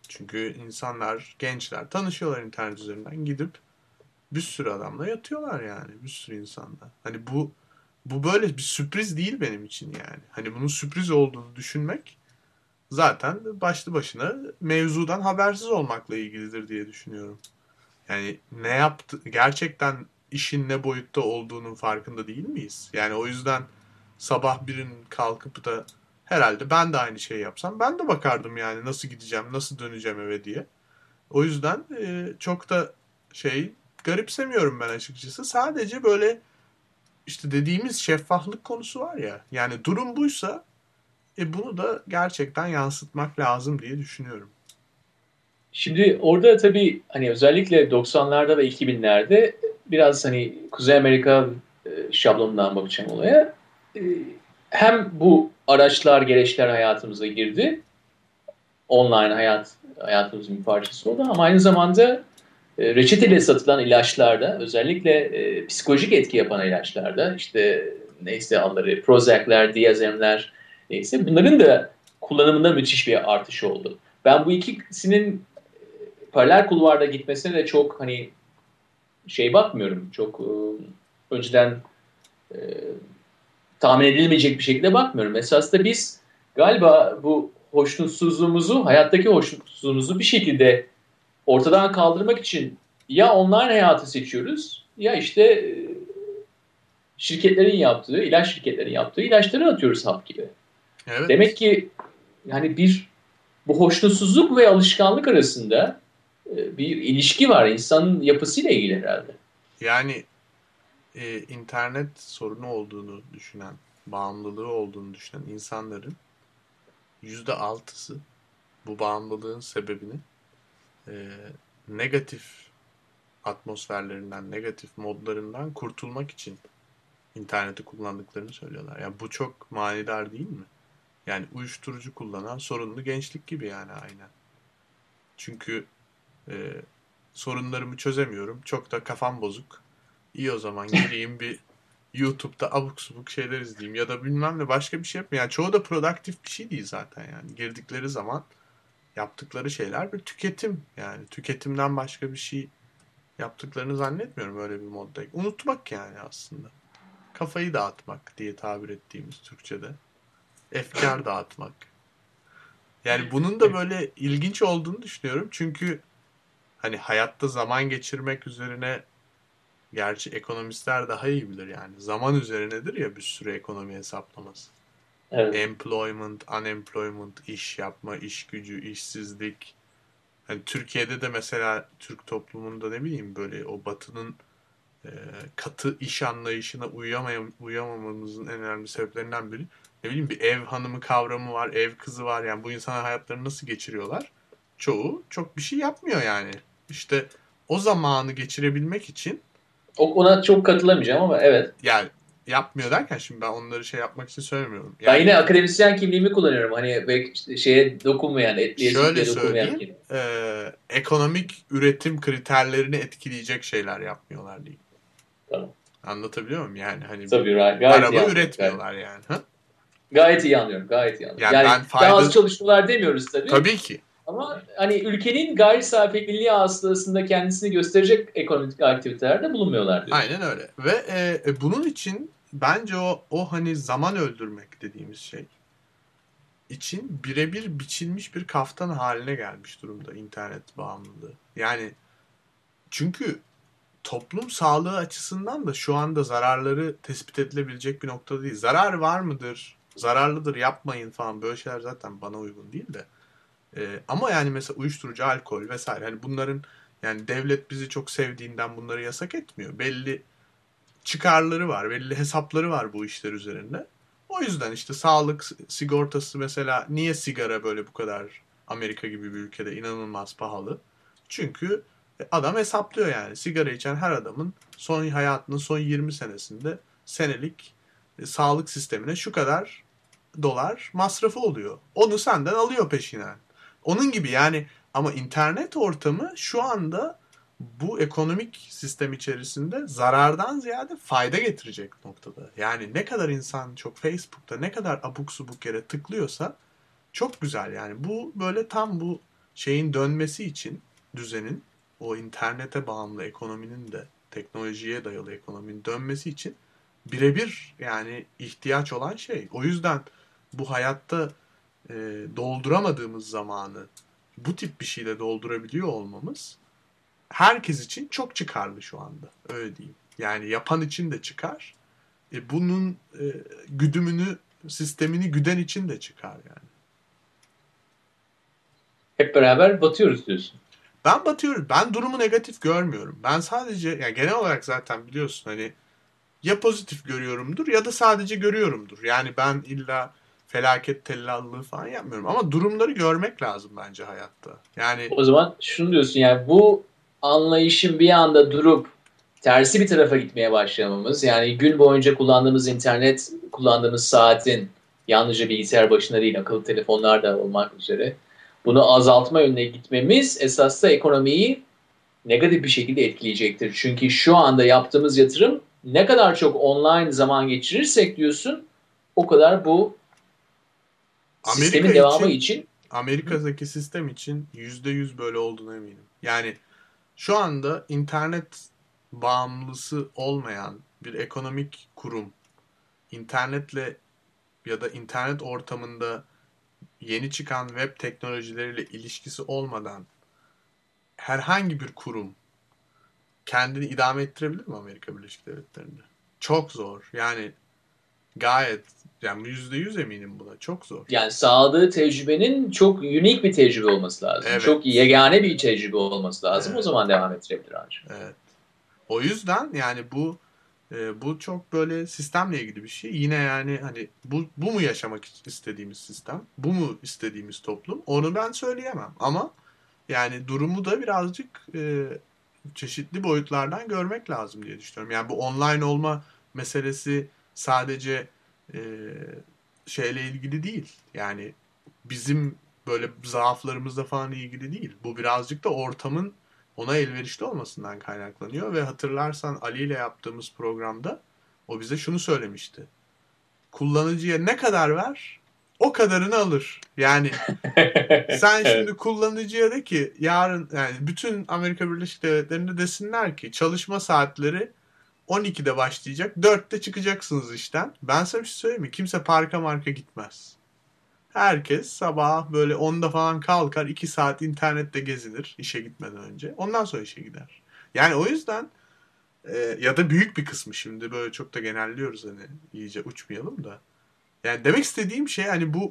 Çünkü insanlar, gençler tanışıyorlar internet üzerinden, gidip bir sürü adamla yatıyorlar yani. Bir sürü insanla. Hani bu böyle bir sürpriz değil benim için yani. Hani bunun sürpriz olduğunu düşünmek zaten başlı başına mevzudan habersiz olmakla ilgilidir diye düşünüyorum. Yani ne yaptı, gerçekten işin ne boyutta olduğunun farkında değil miyiz? Yani o yüzden sabah birinin kalkıp da herhalde ben de aynı şeyi yapsam ben de bakardım yani nasıl gideceğim, nasıl döneceğim eve diye. O yüzden çok da şey garipsemiyorum ben açıkçası. Sadece böyle işte dediğimiz şeffaflık konusu var ya. Yani durum buysa bunu da gerçekten yansıtmak lazım diye düşünüyorum. Şimdi orada tabii hani özellikle 90'larda ve 2000'lerde biraz hani Kuzey Amerika şablonundan bakacağım olaya. E, Hem bu araçlar, gereçler hayatımıza girdi. Online hayatımızın bir parçası oldu ama aynı zamanda reçeteyle satılan ilaçlarda, özellikle psikolojik etki yapan ilaçlarda, işte neyse adları, Prozac'ler, Diazem'ler, neyse bunların da kullanımında müthiş bir artış oldu. Ben bu ikisinin paralel kulvarda gitmesine de çok hani şey bakmıyorum. Çok önceden e, tahmin edilmeyecek bir şekilde bakmıyorum. Esasında biz galiba bu hoşnutsuzluğumuzu, hayattaki hoşnutsuzluğumuzu bir şekilde ortadan kaldırmak için ya online hayatı seçiyoruz ya işte ilaç şirketlerin yaptığı ilaçları atıyoruz hap gibi. Evet. Demek ki yani bu hoşnutsuzluk ve alışkanlık arasında bir ilişki var. İnsanın yapısıyla ilgili herhalde. Yani internet sorunu olduğunu düşünen, bağımlılığı olduğunu düşünen insanların %6'sı bu bağımlılığın sebebini e, negatif atmosferlerinden, negatif modlarından kurtulmak için interneti kullandıklarını söylüyorlar. Yani bu çok manidar değil mi? Yani uyuşturucu kullanan sorunlu gençlik gibi yani aynen. Çünkü e, sorunlarımı çözemiyorum. Çok da kafam bozuk. İyi o zaman gireyim bir YouTube'da abuk subuk şeyler izleyeyim ya da bilmem ne başka bir şey yapmayayım. Yani çoğu da produktif bir şey değil zaten yani. Girdikleri zaman yaptıkları şeyler bir tüketim yani. Tüketimden başka bir şey yaptıklarını zannetmiyorum öyle bir modda. Unutmak yani aslında. Kafayı dağıtmak diye tabir ettiğimiz Türkçe'de. Efkar dağıtmak. Yani bunun da böyle ilginç olduğunu düşünüyorum. Çünkü hani hayatta zaman geçirmek üzerine, gerçi ekonomistler daha iyi bilir yani. Zaman üzerinedir ya bir sürü ekonomi hesaplaması. Evet. Employment, unemployment, iş yapma, iş gücü, işsizlik. Hani Türkiye'de de mesela Türk toplumunda ne bileyim böyle o batının e, katı iş anlayışına uyamamamızın en önemli sebeplerinden biri. Ne bileyim bir ev hanımı kavramı var, ev kızı var. Yani bu insanlar hayatlarını nasıl geçiriyorlar? Çoğu çok bir şey yapmıyor yani. İşte o zamanı geçirebilmek için Ona çok katılamayacağım ama evet. yani yapmıyor derken şimdi ben onları şey yapmak için söylemiyorum. Ben Yani yine akademisyen kimliğimi kullanıyorum. Hani belki işte şeye dokunmayan, etliye şöyle sütlüye dokunmayan söyleyeyim, kim. ekonomik üretim kriterlerini etkileyecek şeyler yapmıyorlar diyeyim. Tamam. Anlatabiliyor muyum? Yani hani bir Tabii gayet iyi araba anlıyorum. üretmiyorlar yani. Ha? Gayet iyi anlıyorum. Gayet iyi anlıyorum. Yani Yani ben daha az fayda çalışıyorlar demiyoruz tabii. tabii ki. Ama hani ülkenin gayri safi milli hasılasında kendisini gösterecek ekonomik aktivitelerde bulunmuyorlar diyoruz. Aynen öyle. Ve bunun için bence o hani zaman öldürmek dediğimiz şey için birebir biçilmiş bir kaftan haline gelmiş durumda internet bağımlılığı. Yani çünkü toplum sağlığı açısından da şu anda zararları tespit edilebilecek bir noktada değil. Zarar var mıdır? Zararlıdır yapmayın falan böyle şeyler zaten bana uygun değil de. Ama yani mesela uyuşturucu, alkol vesaire hani bunların yani devlet bizi çok sevdiğinden bunları yasak etmiyor. Belli çıkarları var, belli hesapları var bu işler üzerinde. O yüzden işte sağlık sigortası mesela niye sigara böyle bu kadar Amerika gibi bir ülkede inanılmaz pahalı? Çünkü adam hesaplıyor yani. Sigara içen her adamın hayatının son 20 senesinde senelik sağlık sistemine şu kadar dolar masrafı oluyor. Onu senden alıyor peşinen. Onun gibi yani ama internet ortamı şu anda bu ekonomik sistem içerisinde zarardan ziyade fayda getirecek noktada. Yani ne kadar insan çok Facebook'ta ne kadar abuk subuk yere tıklıyorsa çok güzel yani. Bu böyle tam bu şeyin dönmesi için düzenin, o internete bağımlı ekonominin de teknolojiye dayalı ekonominin dönmesi için birebir yani ihtiyaç olan şey. O yüzden bu hayatta dolduramadığımız zamanı bu tip bir şeyle doldurabiliyor olmamız herkes için çok çıkarlı şu anda. Öyle diyeyim. Yani yapan için de çıkar. Bunun güdümünü, sistemini güden için de çıkar yani. Hep beraber batıyoruz diyorsun. Ben batıyorum. Ben durumu negatif görmüyorum. Ben sadece yani genel olarak zaten biliyorsun hani ya pozitif görüyorumdur ya da sadece görüyorumdur. Yani ben illa felaket tellallığı falan yapmıyorum. Ama durumları görmek lazım bence hayatta. Yani O zaman şunu diyorsun, yani bu anlayışın bir anda durup tersi bir tarafa gitmeye başlamamız, yani gün boyunca kullandığımız internet, kullandığımız saatin yalnızca bilgisayar başında değil, akıllı telefonlar da olmak üzere bunu azaltma yönüne gitmemiz esas da ekonomiyi negatif bir şekilde etkileyecektir. Çünkü şu anda yaptığımız yatırım, ne kadar çok online zaman geçirirsek diyorsun, o kadar bu Amerika sistemin devamı için. Amerika'daki sistem için %100 böyle olduğuna eminim. Yani şu anda internet bağımlısı olmayan bir ekonomik kurum, internetle ya da internet ortamında yeni çıkan web teknolojileriyle ilişkisi olmadan herhangi bir kurum kendini idame ettirebilir mi Amerika Birleşik Devletleri'nde? Çok zor. Yani gayet yani %100 eminim buna. Çok zor. Yani sağladığı tecrübenin çok unik bir tecrübe olması lazım. Evet. Çok yegane bir tecrübe olması lazım. Evet. O zaman devam ettirebilir ancak. Evet. O yüzden yani bu çok böyle sistemle ilgili bir şey. Yine yani hani bu mu yaşamak istediğimiz sistem? Bu mu istediğimiz toplum? Onu ben söyleyemem. Ama yani durumu da birazcık çeşitli boyutlardan görmek lazım diye düşünüyorum. Yani bu online olma meselesi sadece e, şeyle ilgili değil. Yani bizim böyle zaaflarımızla falan ilgili değil. Bu birazcık da ortamın ona elverişli olmasından kaynaklanıyor ve hatırlarsan Ali ile yaptığımız programda o bize şunu söylemişti. Kullanıcıya ne kadar ver, o kadarını alır. Yani sen şimdi kullanıcıya de ki yarın yani bütün Amerika Birleşik Devletleri'nde desinler ki çalışma saatleri 12'de başlayacak, 4'te çıkacaksınız işten. Ben sana bir şey söyleyeyim mi? Kimse parka marka gitmez. Herkes sabah böyle 10'da falan kalkar, 2 saat internette gezinir işe gitmeden önce. Ondan sonra işe gider. Yani o yüzden ya da büyük bir kısmı, şimdi böyle çok da genelliyoruz hani iyice uçmayalım da. Yani demek istediğim şey hani bu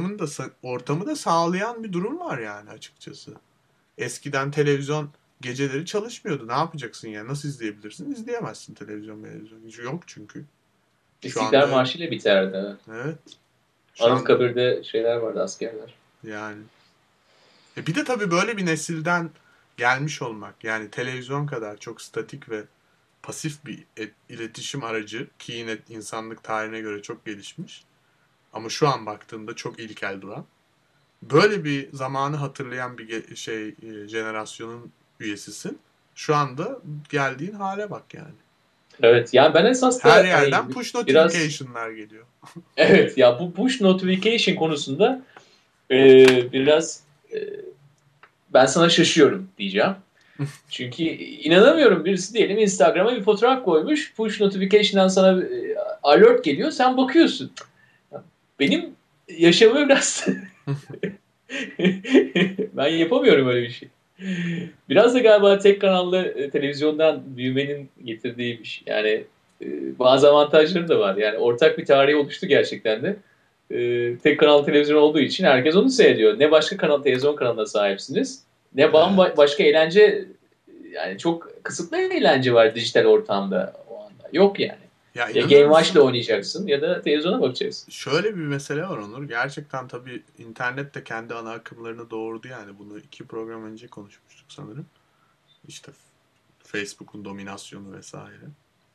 ortamı da sağlayan bir durum var yani açıkçası. Eskiden televizyon geceleri çalışmıyordu. Ne yapacaksın yani? Nasıl izleyebilirsin? İzleyemezsin televizyon. Hiç yok çünkü. Şu anda İstiklal öyle. Marşı ile biterdi. Evet. Evet. Şu anda Anıtkabir'de şeyler vardı, askerler. yani. Bir de tabii böyle bir nesilden gelmiş olmak. Yani televizyon kadar çok statik ve pasif bir iletişim aracı ki yine insanlık tarihine göre çok gelişmiş. Ama şu an baktığında çok ilkel duran. Böyle bir zamanı hatırlayan bir jenerasyonun üyesisin. Şu anda geldiğin hale bak yani. Evet, yani ben esas Her da yerden hani push biraz, notification'lar geliyor. evet ya, bu push notification konusunda biraz ben sana şaşıyorum diyeceğim. Çünkü inanamıyorum, birisi diyelim Instagram'a bir fotoğraf koymuş, push notification'dan sana alert geliyor, sen bakıyorsun. Benim yaşamı biraz ben yapamıyorum öyle bir şey. Biraz da galiba tek kanallı televizyondan büyümenin getirdiği bir şey. Yani bazı avantajları da var. Yani ortak bir tarih oluştu gerçekten de. Tek kanal televizyon olduğu için herkes onu seyrediyor. Ne başka televizyon kanalına sahipsiniz, ne Evet. başka eğlence, yani çok kısıtlı eğlence var dijital ortamda o anda. Yok yani. Ya Ya inanır Game Watch'la mısın? oynayacaksın ya da televizyona bakacaksın. Şöyle bir mesele var Onur. Gerçekten tabii internet de kendi ana akımlarını doğurdu yani. Bunu 2 program önce konuşmuştuk sanırım. İşte Facebook'un dominasyonu vesaire.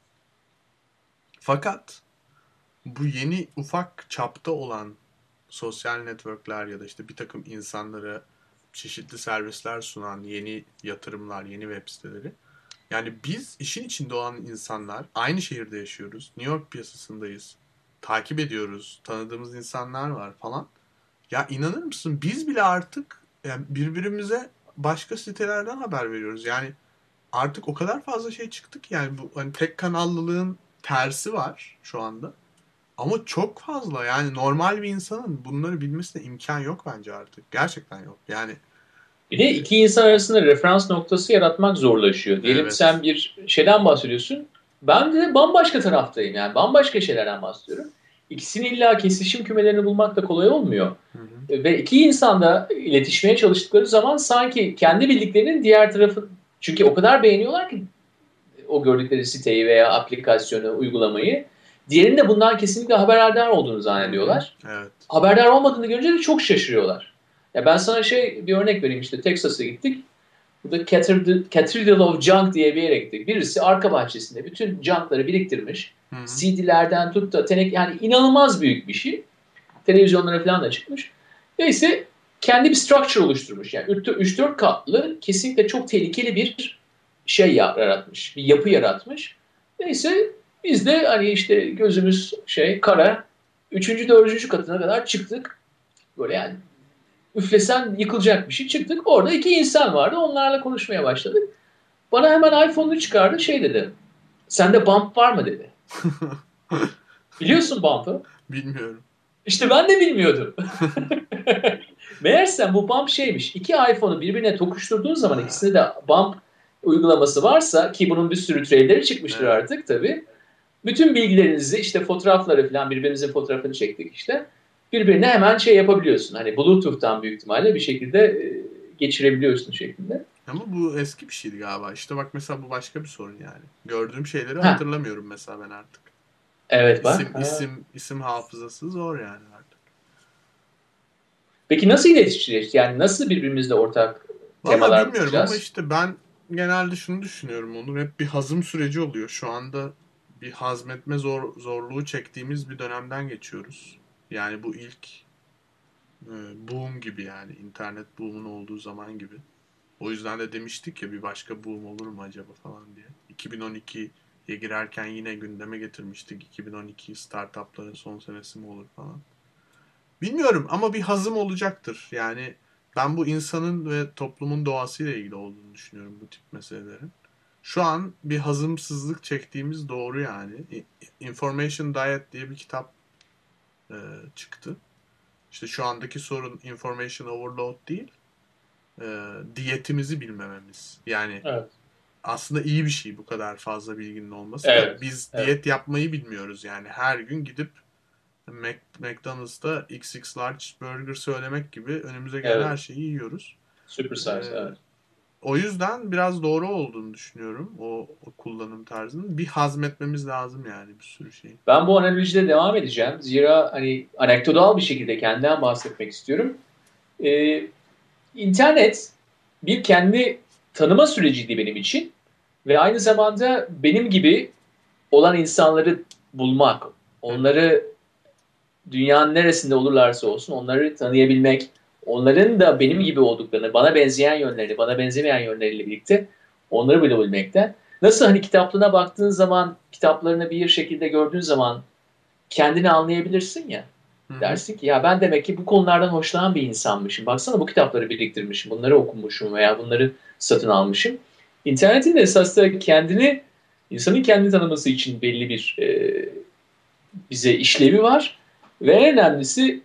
Fakat bu yeni ufak çapta olan sosyal networkler ya da işte bir takım insanlara çeşitli servisler sunan yeni yatırımlar, yeni web siteleri. Yani biz işin içinde olan insanlar aynı şehirde yaşıyoruz. New York piyasasındayız. Takip ediyoruz. Tanıdığımız insanlar var falan. Ya inanır mısın biz bile artık Yani birbirimize başka sitelerden haber veriyoruz. Yani artık o kadar fazla şey çıktı ki yani bu hani tek kanallılığın tersi var şu anda. Ama çok fazla yani normal bir insanın bunları bilmesine imkan yok bence artık. Gerçekten yok. Yani Bir de iki insan arasında referans noktası yaratmak zorlaşıyor. Diyelim evet. sen bir şeyden bahsediyorsun. Ben de bambaşka taraftayım. Yani bambaşka şeylerden bahsediyorum. İkisinin illa kesişim kümelerini bulmak da kolay olmuyor. Hı hı. Ve iki insan da iletişmeye çalıştıkları zaman sanki kendi bildiklerinin diğer tarafı... Çünkü o kadar beğeniyorlar ki o gördükleri siteyi veya aplikasyonu, uygulamayı. Diğerinin de bundan kesinlikle haberdar olduğunu Hı hı. zannediyorlar. Evet. Haberdar olmadığını görünce de çok şaşırıyorlar. Ya ben sana bir örnek vereyim işte Texas'a gittik. Burada Cathedral of Junk diye bir yere gittik. Birisi arka bahçesinde bütün junkları biriktirmiş. Hı hı. CD'lerden tut da yani inanılmaz büyük bir şey. Televizyonlara falan da çıkmış. Neyse kendi bir structure oluşturmuş. Yani 3-4 katlı kesinlikle çok tehlikeli bir şey yaratmış. Bir yapı yaratmış. Neyse biz de hani işte gözümüz kara 3. 4. katına kadar çıktık. Böyle yani üflesen yıkılacak bir şey. Çıktık. Orada iki insan vardı. Onlarla konuşmaya başladık. Bana hemen iPhone'unu çıkardı. Dedi. Sende bump var mı dedi. Biliyorsun bump'ı. Bilmiyorum. İşte ben de bilmiyordum. Meğersem bu bump şeymiş. İki iPhone'u birbirine tokuşturduğun zaman Ha, ikisinde de bump uygulaması varsa ki bunun bir sürü türevleri çıkmıştır evet. artık tabii. Bütün bilgilerinizi işte fotoğrafları falan birbirimizin fotoğrafını çektik işte. Birbirine hemen yapabiliyorsun. Hani Bluetooth'tan büyük ihtimalle bir şekilde geçirebiliyorsun şeklinde. Ama bu eski bir şeydi galiba. İşte bak mesela bu başka bir sorun yani. Gördüğüm şeyleri Ha, hatırlamıyorum mesela ben artık. evet bak. İsim Ha. isim isim hafızası zor yani artık. Peki nasıl iletişeceğiz? Yani nasıl birbirimizle ortak Vallahi temalar bilmiyorum ama bulacağız? işte ben genelde şunu düşünüyorum. Onur hep bir hazım süreci oluyor. Şu anda bir hazmetme zorluğu çektiğimiz bir dönemden geçiyoruz. Yani bu ilk boom gibi yani internet boom'un olduğu zaman gibi. O yüzden de demiştik ya bir başka boom olur mu acaba falan diye. 2012'ye girerken yine gündeme getirmiştik. 2012 startupların son senesi mi olur falan. Bilmiyorum ama bir hazım olacaktır. Yani ben bu insanın ve toplumun doğasıyla ilgili olduğunu düşünüyorum bu tip meselelerin. Şu an bir hazımsızlık çektiğimiz doğru yani. Information Diet diye bir kitap e, çıktı. İşte şu andaki sorun information overload değil, diyetimizi bilmememiz. Yani Evet. aslında iyi bir şey bu kadar fazla bilginin olması da Evet. biz Evet. diyet yapmayı bilmiyoruz yani. Her gün gidip McDonald's'ta XX large burger söylemek gibi önümüze gelen her Evet. şeyi yiyoruz. Super size. Ee, Evet. O yüzden biraz doğru olduğunu düşünüyorum o kullanım tarzının. Bir hazmetmemiz lazım yani bir sürü şeyi. Ben bu analojide devam edeceğim. Zira hani anekdotal bir şekilde kendimden bahsetmek istiyorum. Ee, İnternet bir kendi tanıma süreciydi benim için ve aynı zamanda benim gibi olan insanları bulmak, Hı hı. onları dünyanın neresinde olurlarsa olsun onları tanıyabilmek, onların da benim gibi olduklarını, bana benzeyen yönlerini, bana benzemeyen yönleriyle birlikte onları bilebilmekten. Nasıl hani kitaplığına baktığın zaman, kitaplarını bir şekilde gördüğün zaman kendini anlayabilirsin ya. Hı hı. Dersin ki ya ben demek ki bu konulardan hoşlanan bir insanmışım. Baksana bu kitapları biriktirmişim, bunları okumuşum veya bunları satın almışım. İnternetin de esasında insanın kendini tanıması için belli bir bize işlevi var. Ve en önemlisi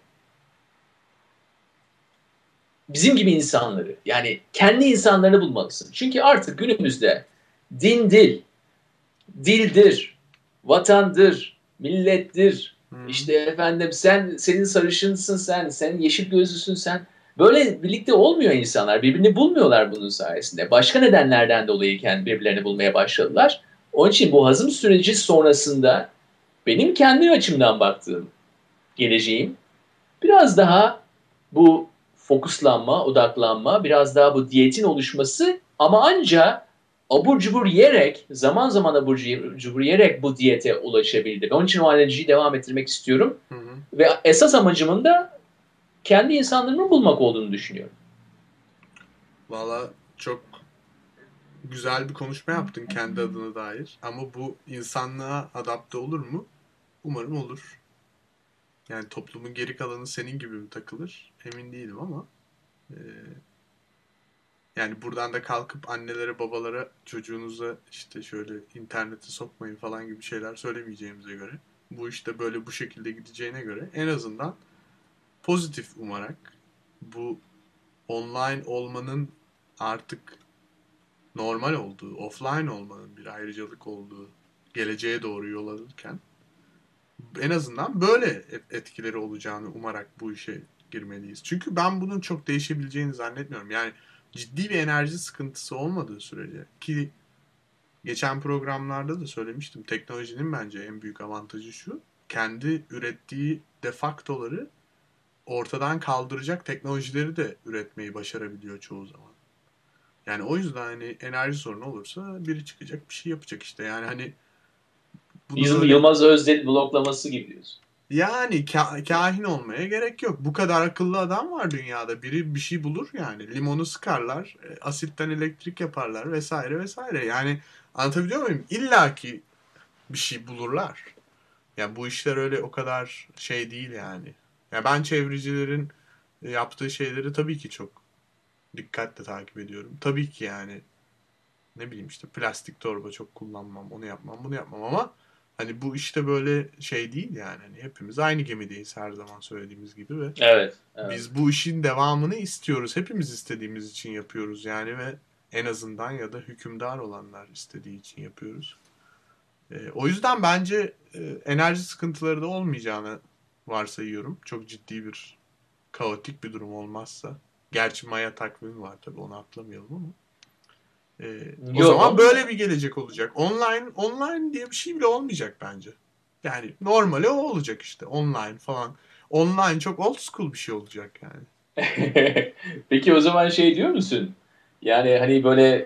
bizim gibi insanları, yani kendi insanlarını bulmalısın. Çünkü artık günümüzde din, dildir, vatandır, millettir. Hı hı. İşte efendim senin sarışınsın sen yeşil gözlüsün sen. Böyle birlikte olmuyor insanlar. Birbirini bulmuyorlar bunun sayesinde. Başka nedenlerden dolayı kendi birbirlerini bulmaya başladılar. Onun için bu hazım süreci sonrasında benim kendi açımdan baktığım geleceğim biraz daha bu fokuslanma, odaklanma, biraz daha bu diyetin oluşması ama ancak abur cubur yiyerek, zaman zaman abur cubur yiyerek bu diyete ulaşabildim. Onun için o analojiyi devam ettirmek istiyorum. Hı hı. Ve esas amacımın da kendi insanlarımı bulmak olduğunu düşünüyorum. Valla çok güzel bir konuşma yaptın kendi adına dair. Ama bu insanlığa adapte olur mu? Umarım olur. Yani toplumun geri kalanı senin gibi mi takılır? Emin değilim ama e, Yani buradan da kalkıp annelere babalara çocuğunuza işte şöyle internete sokmayın falan gibi şeyler söylemeyeceğimize göre, bu işte böyle bu şekilde gideceğine göre en azından pozitif umarak bu online olmanın artık normal olduğu, offline olmanın bir ayrıcalık olduğu geleceğe doğru yol alırken en azından böyle etkileri olacağını umarak bu işe girmeliyiz. Çünkü ben bunun çok değişebileceğini zannetmiyorum. Yani ciddi bir enerji sıkıntısı olmadığı sürece, ki geçen programlarda da söylemiştim, teknolojinin bence en büyük avantajı şu: kendi ürettiği defaktoları ortadan kaldıracak teknolojileri de üretmeyi başarabiliyor çoğu zaman. Yani o yüzden hani enerji sorunu olursa biri çıkacak bir şey yapacak işte. Yani hani bunu böyle, Yılmaz Özdil bloklaması gibi diyorsun. yani kahin olmaya gerek yok. Bu kadar akıllı adam var dünyada. Biri bir şey bulur yani. Limonu sıkarlar, asitten elektrik yaparlar vesaire vesaire. Yani anlatabiliyor muyum? İlla ki bir şey bulurlar. Ya bu işler öyle o kadar şey değil yani. Ya ben çevrecilerin yaptığı şeyleri tabii ki çok dikkatle takip ediyorum. Tabii ki yani ne bileyim işte plastik torba çok kullanmam, onu yapmam, bunu yapmam ama hani bu işte böyle şey değil yani. Hani hepimiz aynı gemideyiz her zaman söylediğimiz gibi ve Evet, evet. biz bu işin devamını istiyoruz. Hepimiz istediğimiz için yapıyoruz yani ve en azından ya da hükümdar olanlar istediği için yapıyoruz. O yüzden bence enerji sıkıntıları da olmayacağını varsayıyorum. Çok ciddi bir kaotik bir durum olmazsa. Gerçi Maya takvimi var tabii, onu atlamayalım ama. O Yok zaman oğlum. böyle bir gelecek olacak. Online diye bir şey bile olmayacak bence. Yani normali o olacak işte. Online falan. Online çok old school bir şey olacak yani. Peki o zaman şey diyor musun? Yani hani böyle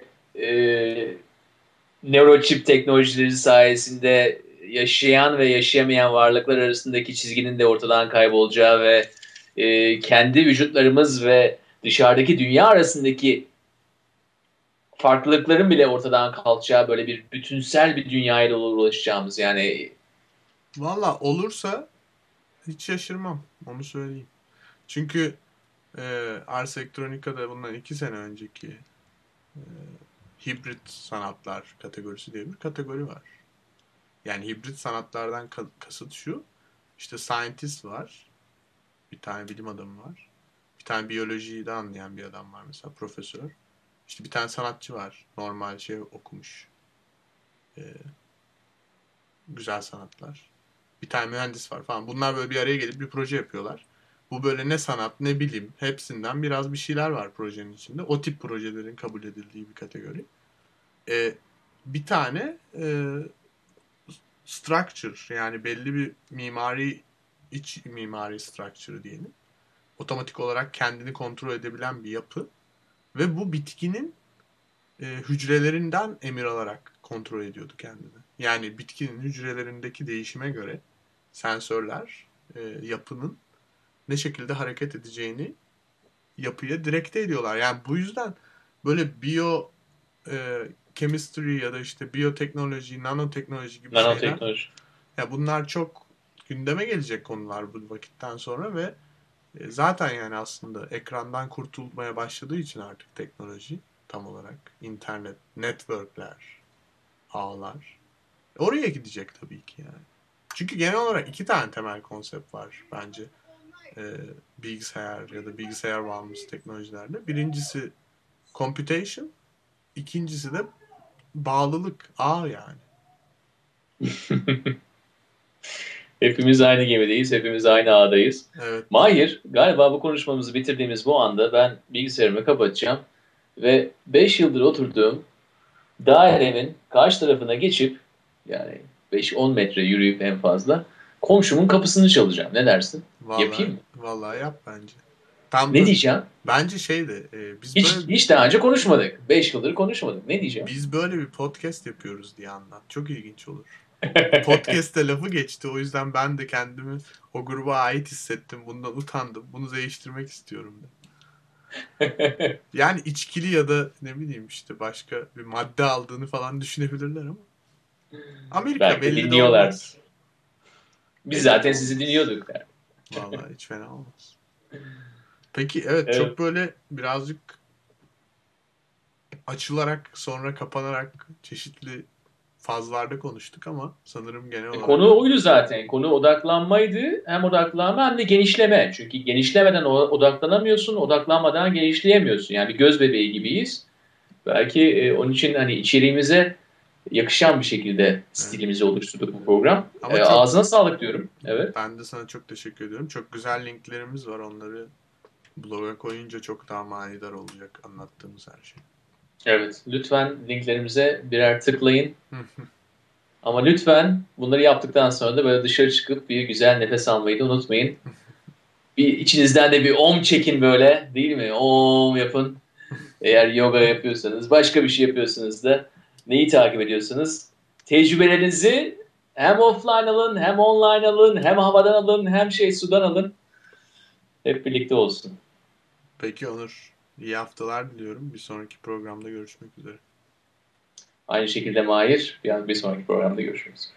neurochip teknolojileri sayesinde yaşayan ve yaşayamayan varlıklar arasındaki çizginin de ortadan kaybolacağı ve kendi vücutlarımız ve dışarıdaki dünya arasındaki farklılıkların bile ortadan kalkacağı böyle bir bütünsel bir dünyaya doğru ulaşacağımız yani. Valla olursa hiç şaşırmam. Onu söyleyeyim. Çünkü e, Ars Electronica'da bundan 2 sene önceki hibrit sanatlar kategorisi diye bir kategori var. Yani hibrit sanatlardan kasıt şu: İşte scientist var. Bir tane bilim adamı var. Bir tane biyolojiyi de anlayan bir adam var mesela, profesör. İşte bir tane sanatçı var. Normal şey okumuş. Ee, güzel sanatlar. Bir tane mühendis var falan. Bunlar böyle bir araya gelip bir proje yapıyorlar. Bu böyle ne sanat ne bilim hepsinden biraz bir şeyler var projenin içinde. O tip projelerin kabul edildiği bir kategori. Ee, bir tane structure, yani belli bir mimari, iç mimari structure diyelim. Otomatik olarak kendini kontrol edebilen bir yapı ve bu bitkinin hücrelerinden emir alarak kontrol ediyordu kendini. Yani bitkinin hücrelerindeki değişime göre sensörler yapının ne şekilde hareket edeceğini yapıya direkte ediyorlar. Yani bu yüzden böyle chemistry ya da işte biyoteknoloji, nanoteknoloji gibi şeyler, Nanoteknoloji. ya bunlar çok gündeme gelecek konular bu vakitten sonra ve zaten yani aslında ekrandan kurtulmaya başladığı için artık teknoloji tam olarak internet, networkler, ağlar oraya gidecek tabii ki yani. Çünkü genel olarak 2 tane temel konsept var bence bilgisayar ya da bilgisayar bağımlısı teknolojilerde. Birincisi computation, ikincisi de bağlılık, ağ yani. Hepimiz aynı gemideyiz, hepimiz aynı ağdayız. Evet. Mahir, galiba bu konuşmamızı bitirdiğimiz bu anda ben bilgisayarımı kapatacağım ve 5 yıldır oturduğum dairemin karşı tarafına geçip yani 5-10 metre yürüyüp en fazla komşumun kapısını çalacağım. Ne dersin? Vallahi Yapayım mı? vallahi yap bence. Tam Ne da diyeceğim? bence biz böyle Hiç daha önce konuşmadık. 5 yıldır konuşmadık. Ne diyeceğim? biz böyle bir podcast yapıyoruz diye anlat. Çok ilginç olur. Podcast'te lafı geçti. O yüzden ben de kendimi o gruba ait hissettim. Bundan utandım. Bunu değiştirmek istiyorum da. Yani içkili ya da ne bileyim işte başka bir madde aldığını falan düşünebilirler ama. Amerika Belki de belli de dinliyorlar. olmaz. Biz Belli de zaten sizi olmaz. dinliyorduk. Vallahi hiç fena olmaz. Peki evet, Evet. çok böyle birazcık açılarak sonra kapanarak çeşitli fazlarda konuştuk ama sanırım genel olarak... Konu oydu zaten. Konu odaklanmaydı. Hem odaklanma hem de genişleme. Çünkü genişlemeden odaklanamıyorsun, odaklanmadan genişleyemiyorsun. Yani bir göz bebeği gibiyiz. Belki onun için hani içeriğimize yakışan bir şekilde stilimizi oluşturduk bu program. Ama Ağzına sağlık diyorum. Evet. Ben de sana çok teşekkür ediyorum. Çok güzel linklerimiz var. Onları bloga koyunca çok daha manidar olacak anlattığımız her şey. Evet. Lütfen linklerimize birer tıklayın. Ama lütfen bunları yaptıktan sonra da böyle dışarı çıkıp bir güzel nefes almayı da unutmayın. Bir içinizden de bir om çekin böyle, değil mi? Om yapın. Eğer yoga yapıyorsanız, başka bir şey yapıyorsanız da neyi takip ediyorsanız tecrübelerinizi hem offline alın, hem online alın, hem havadan alın, hem sudan alın. Hep birlikte olsun. Peki Onur. İyi haftalar diliyorum. Bir sonraki programda görüşmek üzere. Aynı şekilde Mahir. Bir sonraki programda görüşürüz.